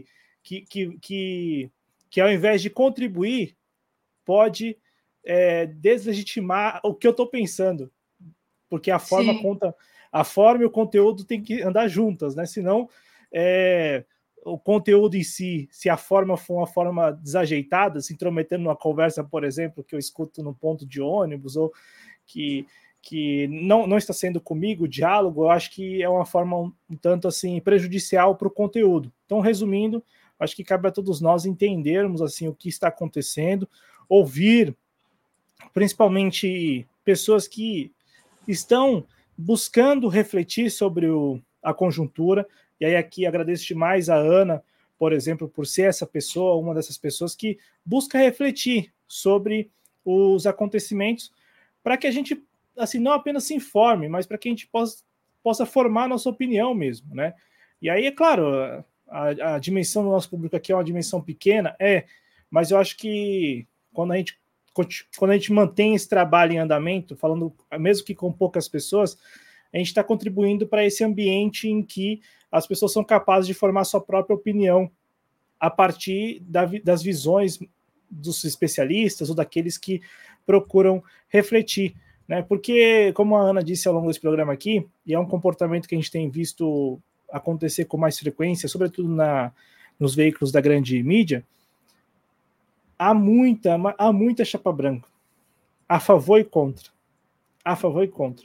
ao invés de contribuir, pode deslegitimar o que eu estou pensando, porque a forma Sim. conta, a forma e o conteúdo tem que andar juntas, né? Senão, o conteúdo em si, se a forma for uma forma desajeitada, se intrometendo numa conversa, por exemplo, que eu escuto no ponto de ônibus, ou que não está sendo comigo o diálogo, eu acho que é uma forma um tanto assim prejudicial para o conteúdo. Então, resumindo, acho que cabe a todos nós entendermos assim o que está acontecendo, ouvir principalmente pessoas que estão buscando refletir sobre a conjuntura, e aí aqui agradeço demais a Ana, por exemplo, por ser essa pessoa, uma dessas pessoas que busca refletir sobre os acontecimentos, para que a gente, assim, não apenas se informe, mas para que a gente possa formar nossa opinião mesmo, né? E aí, é claro, a dimensão do nosso público aqui é uma dimensão pequena, mas eu acho que quando a gente mantém esse trabalho em andamento, falando mesmo que com poucas pessoas, a gente está contribuindo para esse ambiente em que as pessoas são capazes de formar sua própria opinião a partir das visões dos especialistas ou daqueles que procuram refletir, né? Porque, como a Ana disse ao longo desse programa aqui, e é um comportamento que a gente tem visto acontecer com mais frequência, sobretudo nos veículos da grande mídia, há muita chapa branca, a favor e contra. A favor e contra.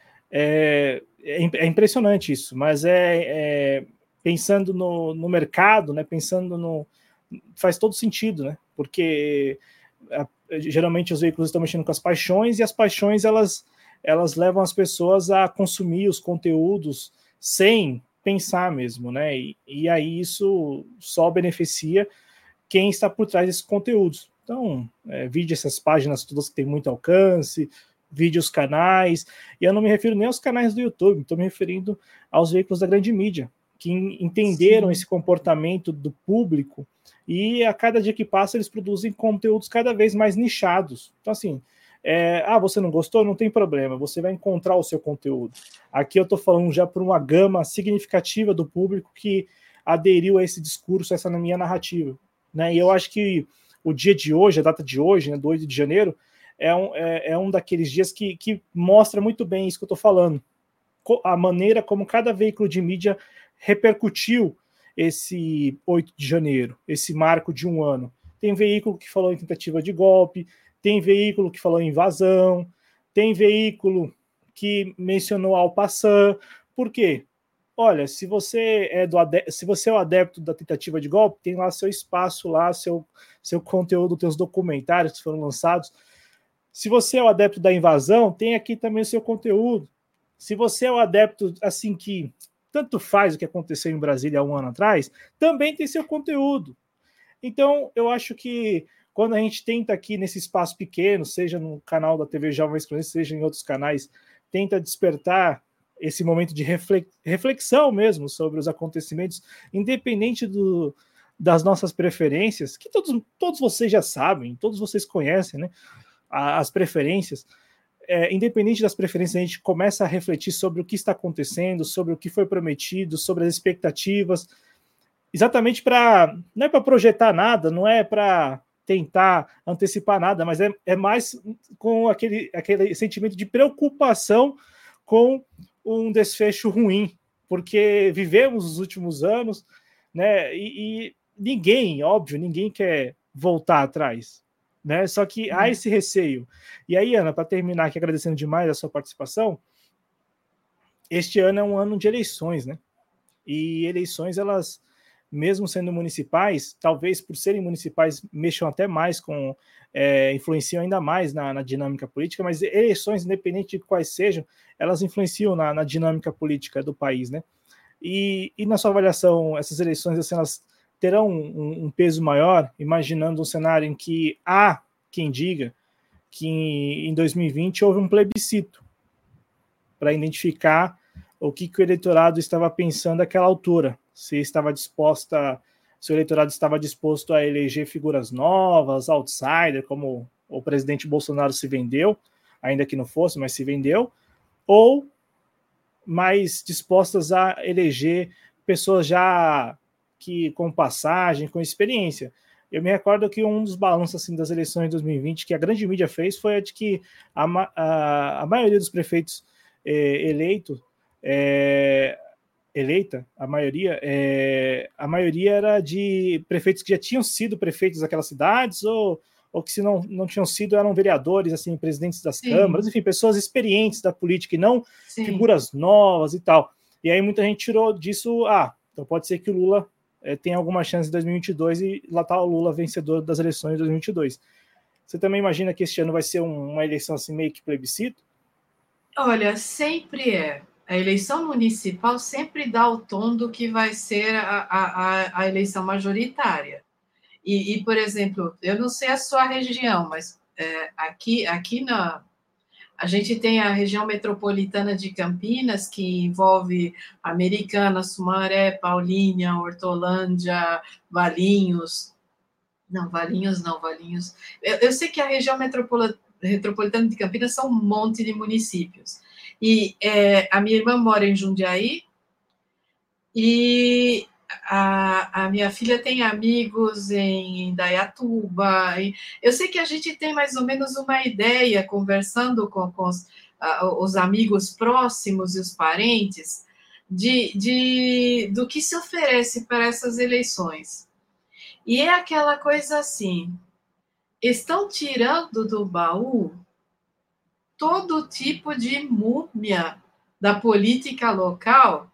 É impressionante isso, mas pensando no mercado, né, faz todo sentido, né? Porque geralmente os veículos estão mexendo com as paixões, e as paixões elas levam as pessoas a consumir os conteúdos sem pensar mesmo, né? E aí isso só beneficia quem está por trás desses conteúdos. Então, vide essas páginas todas que têm muito alcance, vide os canais, e eu não me refiro nem aos canais do YouTube, estou me referindo aos veículos da grande mídia, que entenderam esse comportamento do público, e a cada dia que passa eles produzem conteúdos cada vez mais nichados. Então, assim, você não gostou? Não tem problema, você vai encontrar o seu conteúdo. Aqui eu estou falando já por uma gama significativa do público que aderiu a esse discurso, a essa minha narrativa, né? E eu acho que o dia de hoje, a data de hoje, né, do 8 de janeiro, é um daqueles dias que mostra muito bem isso que eu estou falando. A maneira como cada veículo de mídia repercutiu esse 8 de janeiro, esse marco de um ano. Tem veículo que falou em tentativa de golpe, tem veículo que falou em invasão, tem veículo que mencionou Al Passant. Por quê? Olha, se você é o adepto da tentativa de golpe, tem lá seu espaço, lá seu conteúdo, seus documentários que foram lançados. Se você é o adepto da invasão, tem aqui também o seu conteúdo. Se você é o adepto, assim, que tanto faz o que aconteceu em Brasília há um ano atrás, também tem seu conteúdo. Então, eu acho que quando a gente tenta aqui nesse espaço pequeno, seja no canal da TV Jovens Cronistas, seja em outros canais, tenta despertar esse momento de reflexão mesmo sobre os acontecimentos, independente das nossas preferências, que todos vocês já sabem, todos vocês conhecem, né? As preferências, independente das preferências, a gente começa a refletir sobre o que está acontecendo, sobre o que foi prometido, sobre as expectativas, exatamente não é para projetar nada, não é para tentar antecipar nada, mas é mais com aquele sentimento de preocupação com um desfecho ruim, porque vivemos os últimos anos, né? E ninguém, óbvio, ninguém quer voltar atrás, né? Só que há esse receio. E aí, Ana, para terminar aqui agradecendo demais a sua participação, este ano é um ano de eleições, né? E eleições, elas, mesmo sendo municipais, talvez por serem municipais, mexam até mais com, influenciam ainda mais na dinâmica política, mas eleições, independente de quais sejam, elas influenciam na dinâmica política do país, né? E na sua avaliação, essas eleições, assim, elas terão um peso maior, imaginando um cenário em que há quem diga que em 2020 houve um plebiscito para identificar o que o eleitorado estava pensando àquela altura, se o eleitorado estava disposto a eleger figuras novas, outsider, como o presidente Bolsonaro se vendeu, ainda que não fosse, mas se vendeu, ou mais dispostas a eleger pessoas já que com passagem, com experiência. Eu me recordo que um dos balanços assim, das eleições de 2020 que a grande mídia fez foi a de que a maioria dos prefeitos eleita, a maioria era de prefeitos que já tinham sido prefeitos daquelas cidades ou que se não tinham sido, eram vereadores, assim, presidentes das câmaras, enfim, pessoas experientes da política e não figuras novas e tal. E aí muita gente tirou disso, então pode ser que o Lula tenha alguma chance em 2022 e lá está o Lula vencedor das eleições de 2022. Você também imagina que este ano vai ser uma eleição assim meio que plebiscito? Olha, sempre é. A eleição municipal sempre dá o tom do que vai ser a eleição majoritária. E, por exemplo, eu não sei a sua região, mas aqui a gente tem a região metropolitana de Campinas, que envolve Americana, Sumaré, Paulínia, Hortolândia, Valinhos. Não, Valinhos não, Valinhos. Eu sei que a região metropolitana de Campinas são um monte de municípios. E a minha irmã mora em Jundiaí e a minha filha tem amigos em Indaiatuba. Eu sei que a gente tem mais ou menos uma ideia, conversando com os amigos próximos e os parentes, do que se oferece para essas eleições. E é aquela coisa assim, estão tirando do baú todo tipo de múmia da política local,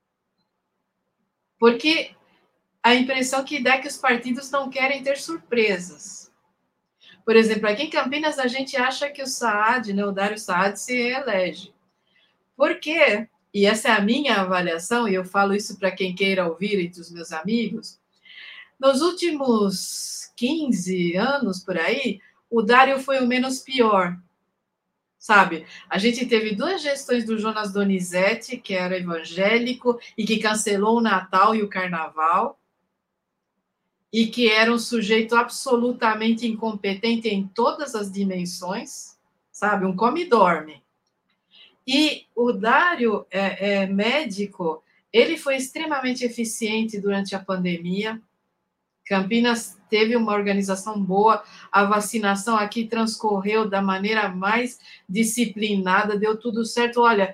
porque a impressão que dá é que os partidos não querem ter surpresas. Por exemplo, aqui em Campinas a gente acha que o Saad, né, o Dário Saad, se reelege. Por quê? E essa é a minha avaliação, e eu falo isso para quem queira ouvir entre os meus amigos. Nos últimos 15 anos, por aí, o Dário foi o menos pior, sabe? A gente teve 2 gestões do Jonas Donizete, que era evangélico e que cancelou o Natal e o Carnaval, e que era um sujeito absolutamente incompetente em todas as dimensões, sabe? Um come-dorme. E o Dário, médico, ele foi extremamente eficiente durante a pandemia. Campinas teve uma organização boa, a vacinação aqui transcorreu da maneira mais disciplinada, deu tudo certo. Olha,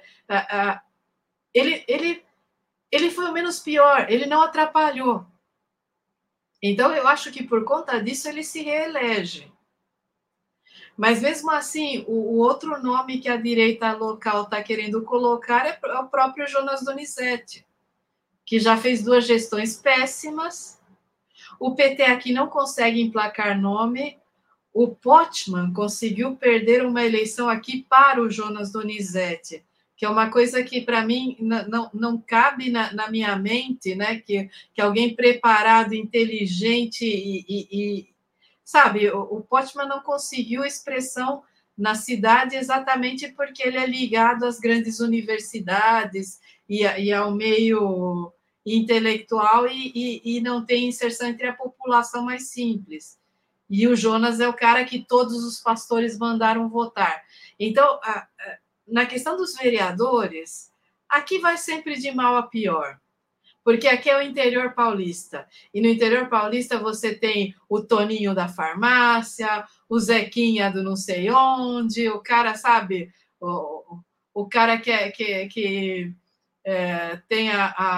ele foi o menos pior, ele não atrapalhou. Então, eu acho que por conta disso ele se reelege. Mas mesmo assim, o outro nome que a direita local está querendo colocar é o próprio Jonas Donizete, que já fez 2 gestões péssimas. O PT aqui não consegue emplacar nome. O Pottmann conseguiu perder uma eleição aqui para o Jonas Donizete, que é uma coisa que, para mim, não cabe na minha mente, né? Que alguém preparado, inteligente sabe, o Pottmann não conseguiu expressão na cidade exatamente porque ele é ligado às grandes universidades e ao meio intelectual e não tem inserção entre a população mais simples. E o Jonas é o cara que todos os pastores mandaram votar. Então, na questão dos vereadores, aqui vai sempre de mal a pior. Porque aqui é o interior paulista. E no interior paulista você tem o Toninho da farmácia, o Zequinha do não sei onde, o cara, sabe, o cara que tem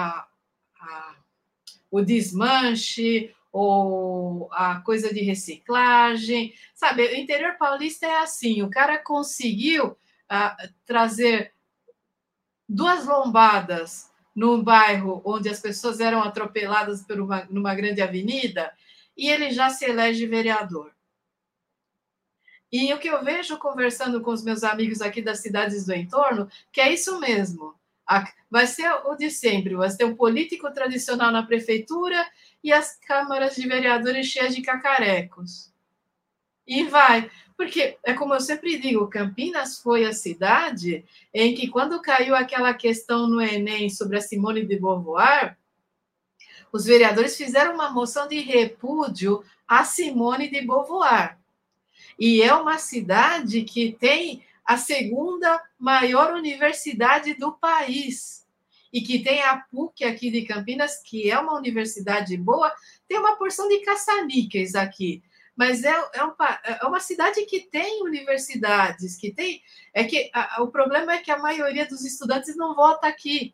o desmanche ou a coisa de reciclagem, sabe? O interior paulista é assim, o cara conseguiu trazer 2 lombadas num bairro onde as pessoas eram atropeladas numa grande avenida e ele já se elege vereador. E o que eu vejo conversando com os meus amigos aqui das cidades do entorno, que é isso mesmo. Vai ser o de sempre, vai ter um político tradicional na prefeitura e as câmaras de vereadores cheias de cacarecos. E vai, porque é como eu sempre digo, Campinas foi a cidade em que, quando caiu aquela questão no Enem sobre a Simone de Beauvoir, os vereadores fizeram uma moção de repúdio a Simone de Beauvoir. E é uma cidade que tem a 2ª maior universidade do país. E que tem a PUC aqui de Campinas, que é uma universidade boa, tem uma porção de caça-níqueis aqui. Mas é uma cidade que tem universidades, que tem. O problema é que a maioria dos estudantes não vota aqui.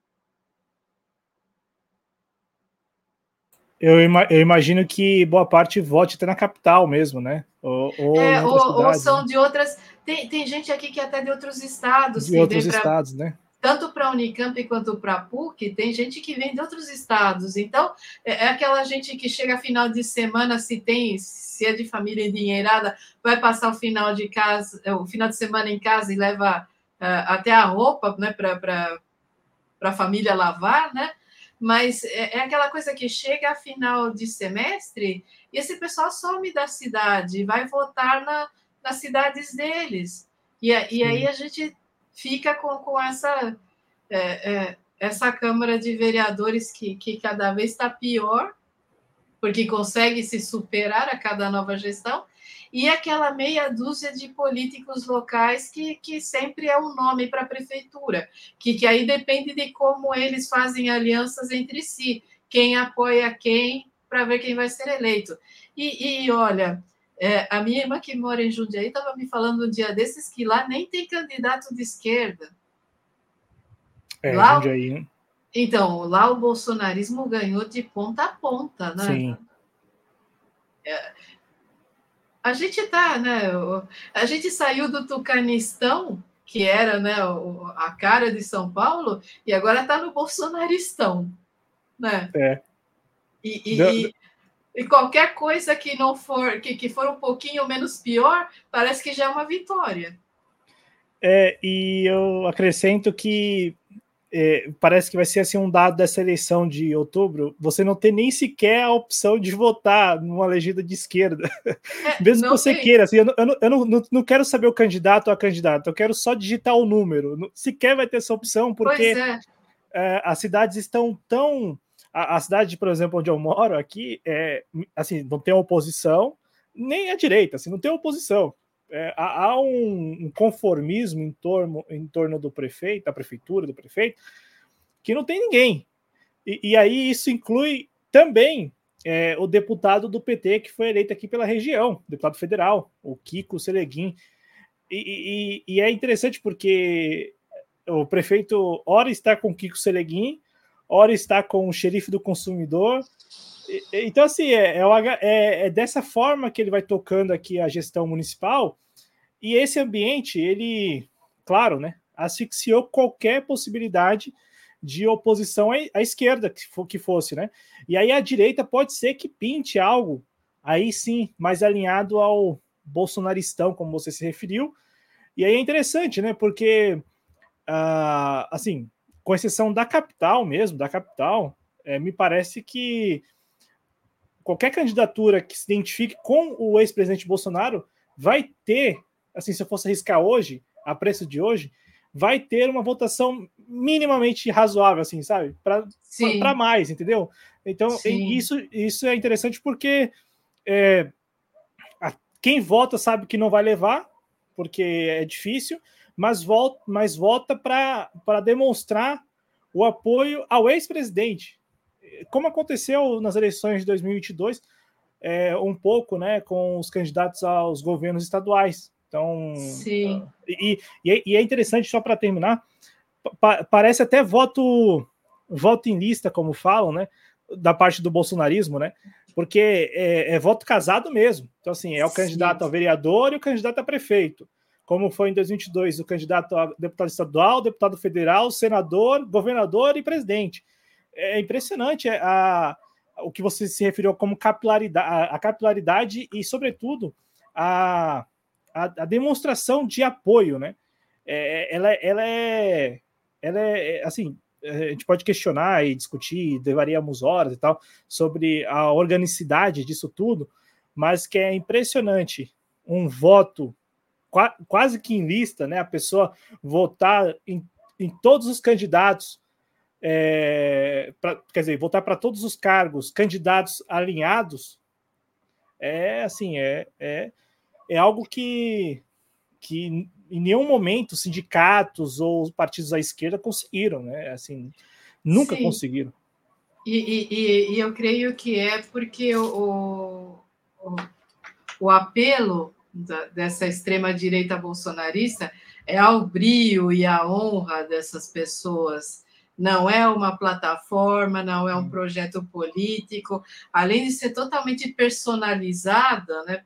Eu imagino que boa parte vote até na capital mesmo, né? Ou em outras cidades. Ou são de outras. Tem gente aqui que é até de outros estados. De outros estados, né? Tanto para a Unicamp quanto para a PUC, tem gente que vem de outros estados. Então, é aquela gente que chega final de semana, se é de família endinheirada, vai passar o final de semana em casa e leva até a roupa, né, para a família lavar, né? Mas é aquela coisa que chega a final de semestre e esse pessoal some da cidade, vai votar nas cidades deles. E aí a gente fica com essa Câmara de Vereadores que cada vez está pior, porque consegue se superar a cada nova gestão, e aquela meia dúzia de políticos locais que sempre é um nome para a prefeitura, que aí depende de como eles fazem alianças entre si, quem apoia quem, para ver quem vai ser eleito. E olha, a minha irmã que mora em Jundiaí estava me falando um dia desses que lá nem tem candidato de esquerda. Jundiaí, né? Então, lá o bolsonarismo ganhou de ponta a ponta, né? Sim. A gente né? A gente saiu do Tucanistão, que era, né, a cara de São Paulo, e agora está no bolsonaristão, né? E qualquer coisa que não for que for um pouquinho menos pior, parece que já é uma vitória. E eu acrescento que parece que vai ser assim um dado dessa eleição de outubro, você não tem nem sequer a opção de votar numa legenda de esquerda. Mesmo que você queira, assim, eu não quero saber o candidato ou a candidata, eu quero só digitar o número. Sequer vai ter essa opção, porque as cidades estão tão... A cidade, por exemplo, onde eu moro aqui, assim, não tem oposição, nem a direita, assim, não tem oposição. Há um conformismo em torno do prefeito, da prefeitura, do prefeito, que não tem ninguém. E aí isso inclui também o deputado do PT que foi eleito aqui pela região, deputado federal, o Kiko Seleguin. E é interessante porque o prefeito ora está com o Kiko Seleguin, ora está com o xerife do consumidor. Então, assim, é dessa forma que ele vai tocando aqui a gestão municipal, e esse ambiente, ele, claro, né, asfixiou qualquer possibilidade de oposição à esquerda que fosse, né? E aí a direita pode ser que pinte algo, aí sim, mais alinhado ao bolsonaristão, como você se referiu. E aí é interessante, né? Porque, assim, com exceção da capital mesmo, me parece que qualquer candidatura que se identifique com o ex-presidente Bolsonaro vai ter, assim, se eu fosse arriscar hoje, a preço de hoje, vai ter uma votação minimamente razoável, assim, sabe? Para mais, entendeu? Então, isso é interessante porque quem vota sabe que não vai levar, porque é difícil, mas vota para demonstrar o apoio ao ex-presidente. Como aconteceu nas eleições de 2022, um pouco, né, com os candidatos aos governos estaduais. Então, e é interessante, só para terminar, parece até voto em lista, como falam, né? Da parte do bolsonarismo, né? Porque é voto casado mesmo. Então, assim, é o candidato a vereador e o candidato a prefeito. Como foi em 2022, o candidato a deputado estadual, deputado federal, senador, governador e presidente. É impressionante o que você se referiu como capilaridade, a capilaridade e, sobretudo, a demonstração de apoio, né? Ela é, assim, a gente pode questionar e discutir, levaríamos horas e tal, sobre a organicidade disso tudo, mas que é impressionante um voto quase que em lista, né? A pessoa votar em todos os candidatos, quer dizer, votar para todos os cargos, candidatos alinhados, assim, é algo que em nenhum momento sindicatos ou partidos à esquerda conseguiram, né? Assim, nunca Sim. conseguiram. E eu creio que é porque o apelo dessa extrema-direita bolsonarista é ao brio e à honra dessas pessoas. Não é uma plataforma, não é um projeto político, além de ser totalmente personalizada, né?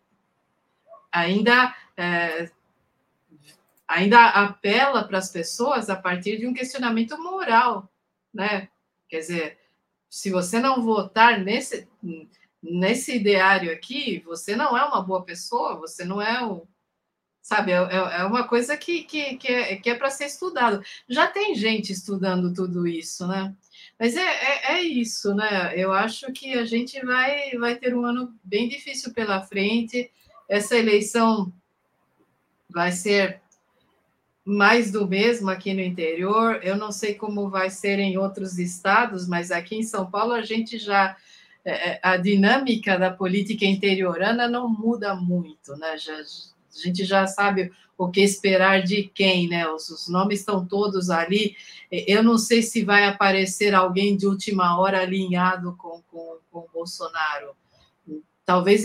Ainda apela para as pessoas a partir de um questionamento moral, né? Quer dizer, se você não votar nesse ideário aqui, você não é uma boa pessoa, você não é um... Sabe, é uma coisa que é para ser estudado. Já tem gente estudando tudo isso, né? Mas é isso, né? Eu acho que a gente vai ter um ano bem difícil pela frente. Essa eleição vai ser mais do mesmo aqui no interior. Eu não sei como vai ser em outros estados, mas aqui em São Paulo a gente já... a dinâmica da política interiorana não muda muito, né? A gente já sabe o que esperar de quem, né? Os nomes estão todos ali. Eu não sei se vai aparecer alguém de última hora alinhado com o Bolsonaro. Talvez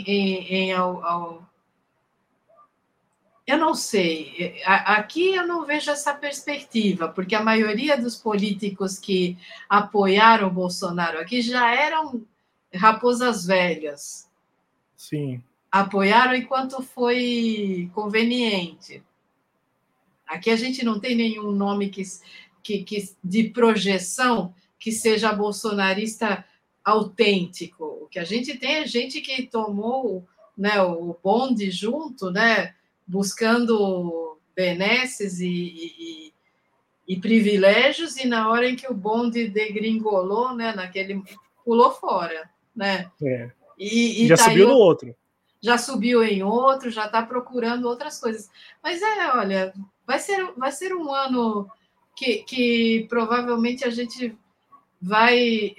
eu não sei. Aqui eu não vejo essa perspectiva, porque a maioria dos políticos que apoiaram o Bolsonaro aqui já eram raposas velhas. Sim. Apoiaram enquanto foi conveniente. Aqui a gente não tem nenhum nome de projeção que seja bolsonarista autêntico. O que a gente tem é gente que tomou, né, o bonde junto, né, buscando benesses e privilégios, e na hora em que o bonde degringolou, né, pulou fora, né? E já tá subiu no outro. Já subiu em outro, já está procurando outras coisas. Mas olha, vai ser um ano que provavelmente a gente vai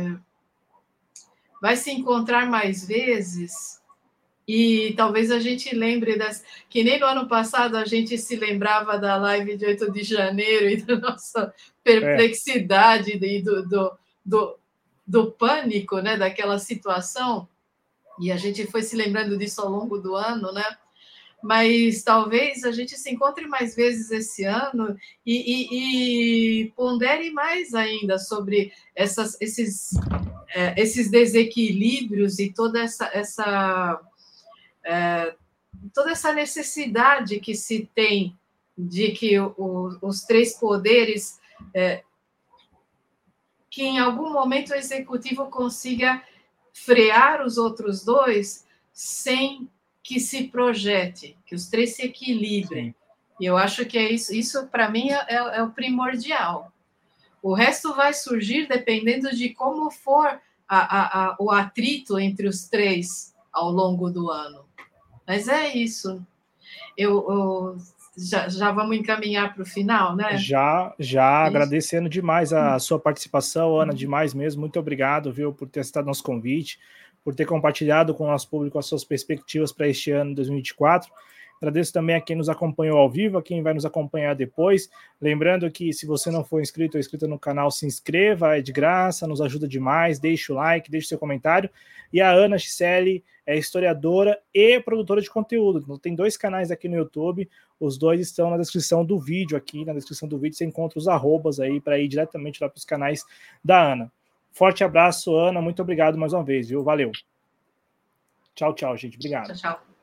se encontrar mais vezes, e talvez a gente lembre que nem no ano passado a gente se lembrava da live de 8 de janeiro e da nossa perplexidade e do pânico, né, daquela situação, e a gente foi se lembrando disso ao longo do ano, né? Mas talvez a gente se encontre mais vezes esse ano e pondere mais ainda sobre esses desequilíbrios e toda essa necessidade que se tem de que os três poderes, que em algum momento o executivo consiga frear os outros dois sem que se projete, que os três se equilibrem. Sim. E eu acho que é isso para mim é o primordial. O resto vai surgir dependendo de como for o atrito entre os três ao longo do ano. Mas é isso. Já vamos encaminhar para o final, né? Já agradecendo demais a sua participação, Ana, demais mesmo. Muito obrigado, viu, por ter aceitado nosso convite, por ter compartilhado com o nosso público as suas perspectivas para este ano 2024. Agradeço também a quem nos acompanhou ao vivo, a quem vai nos acompanhar depois. Lembrando que se você não for inscrito ou inscrita no canal, se inscreva, é de graça, nos ajuda demais, deixe o like, deixe seu comentário. E a Ana Chiselli é historiadora e produtora de conteúdo. Então, tem 2 canais aqui no YouTube, os 2 estão na descrição do vídeo aqui. Na descrição do vídeo você encontra os arrobas aí para ir diretamente lá para os canais da Ana. Forte abraço, Ana, muito obrigado mais uma vez, viu? Valeu. Tchau, tchau, gente. Obrigado. Tchau, tchau.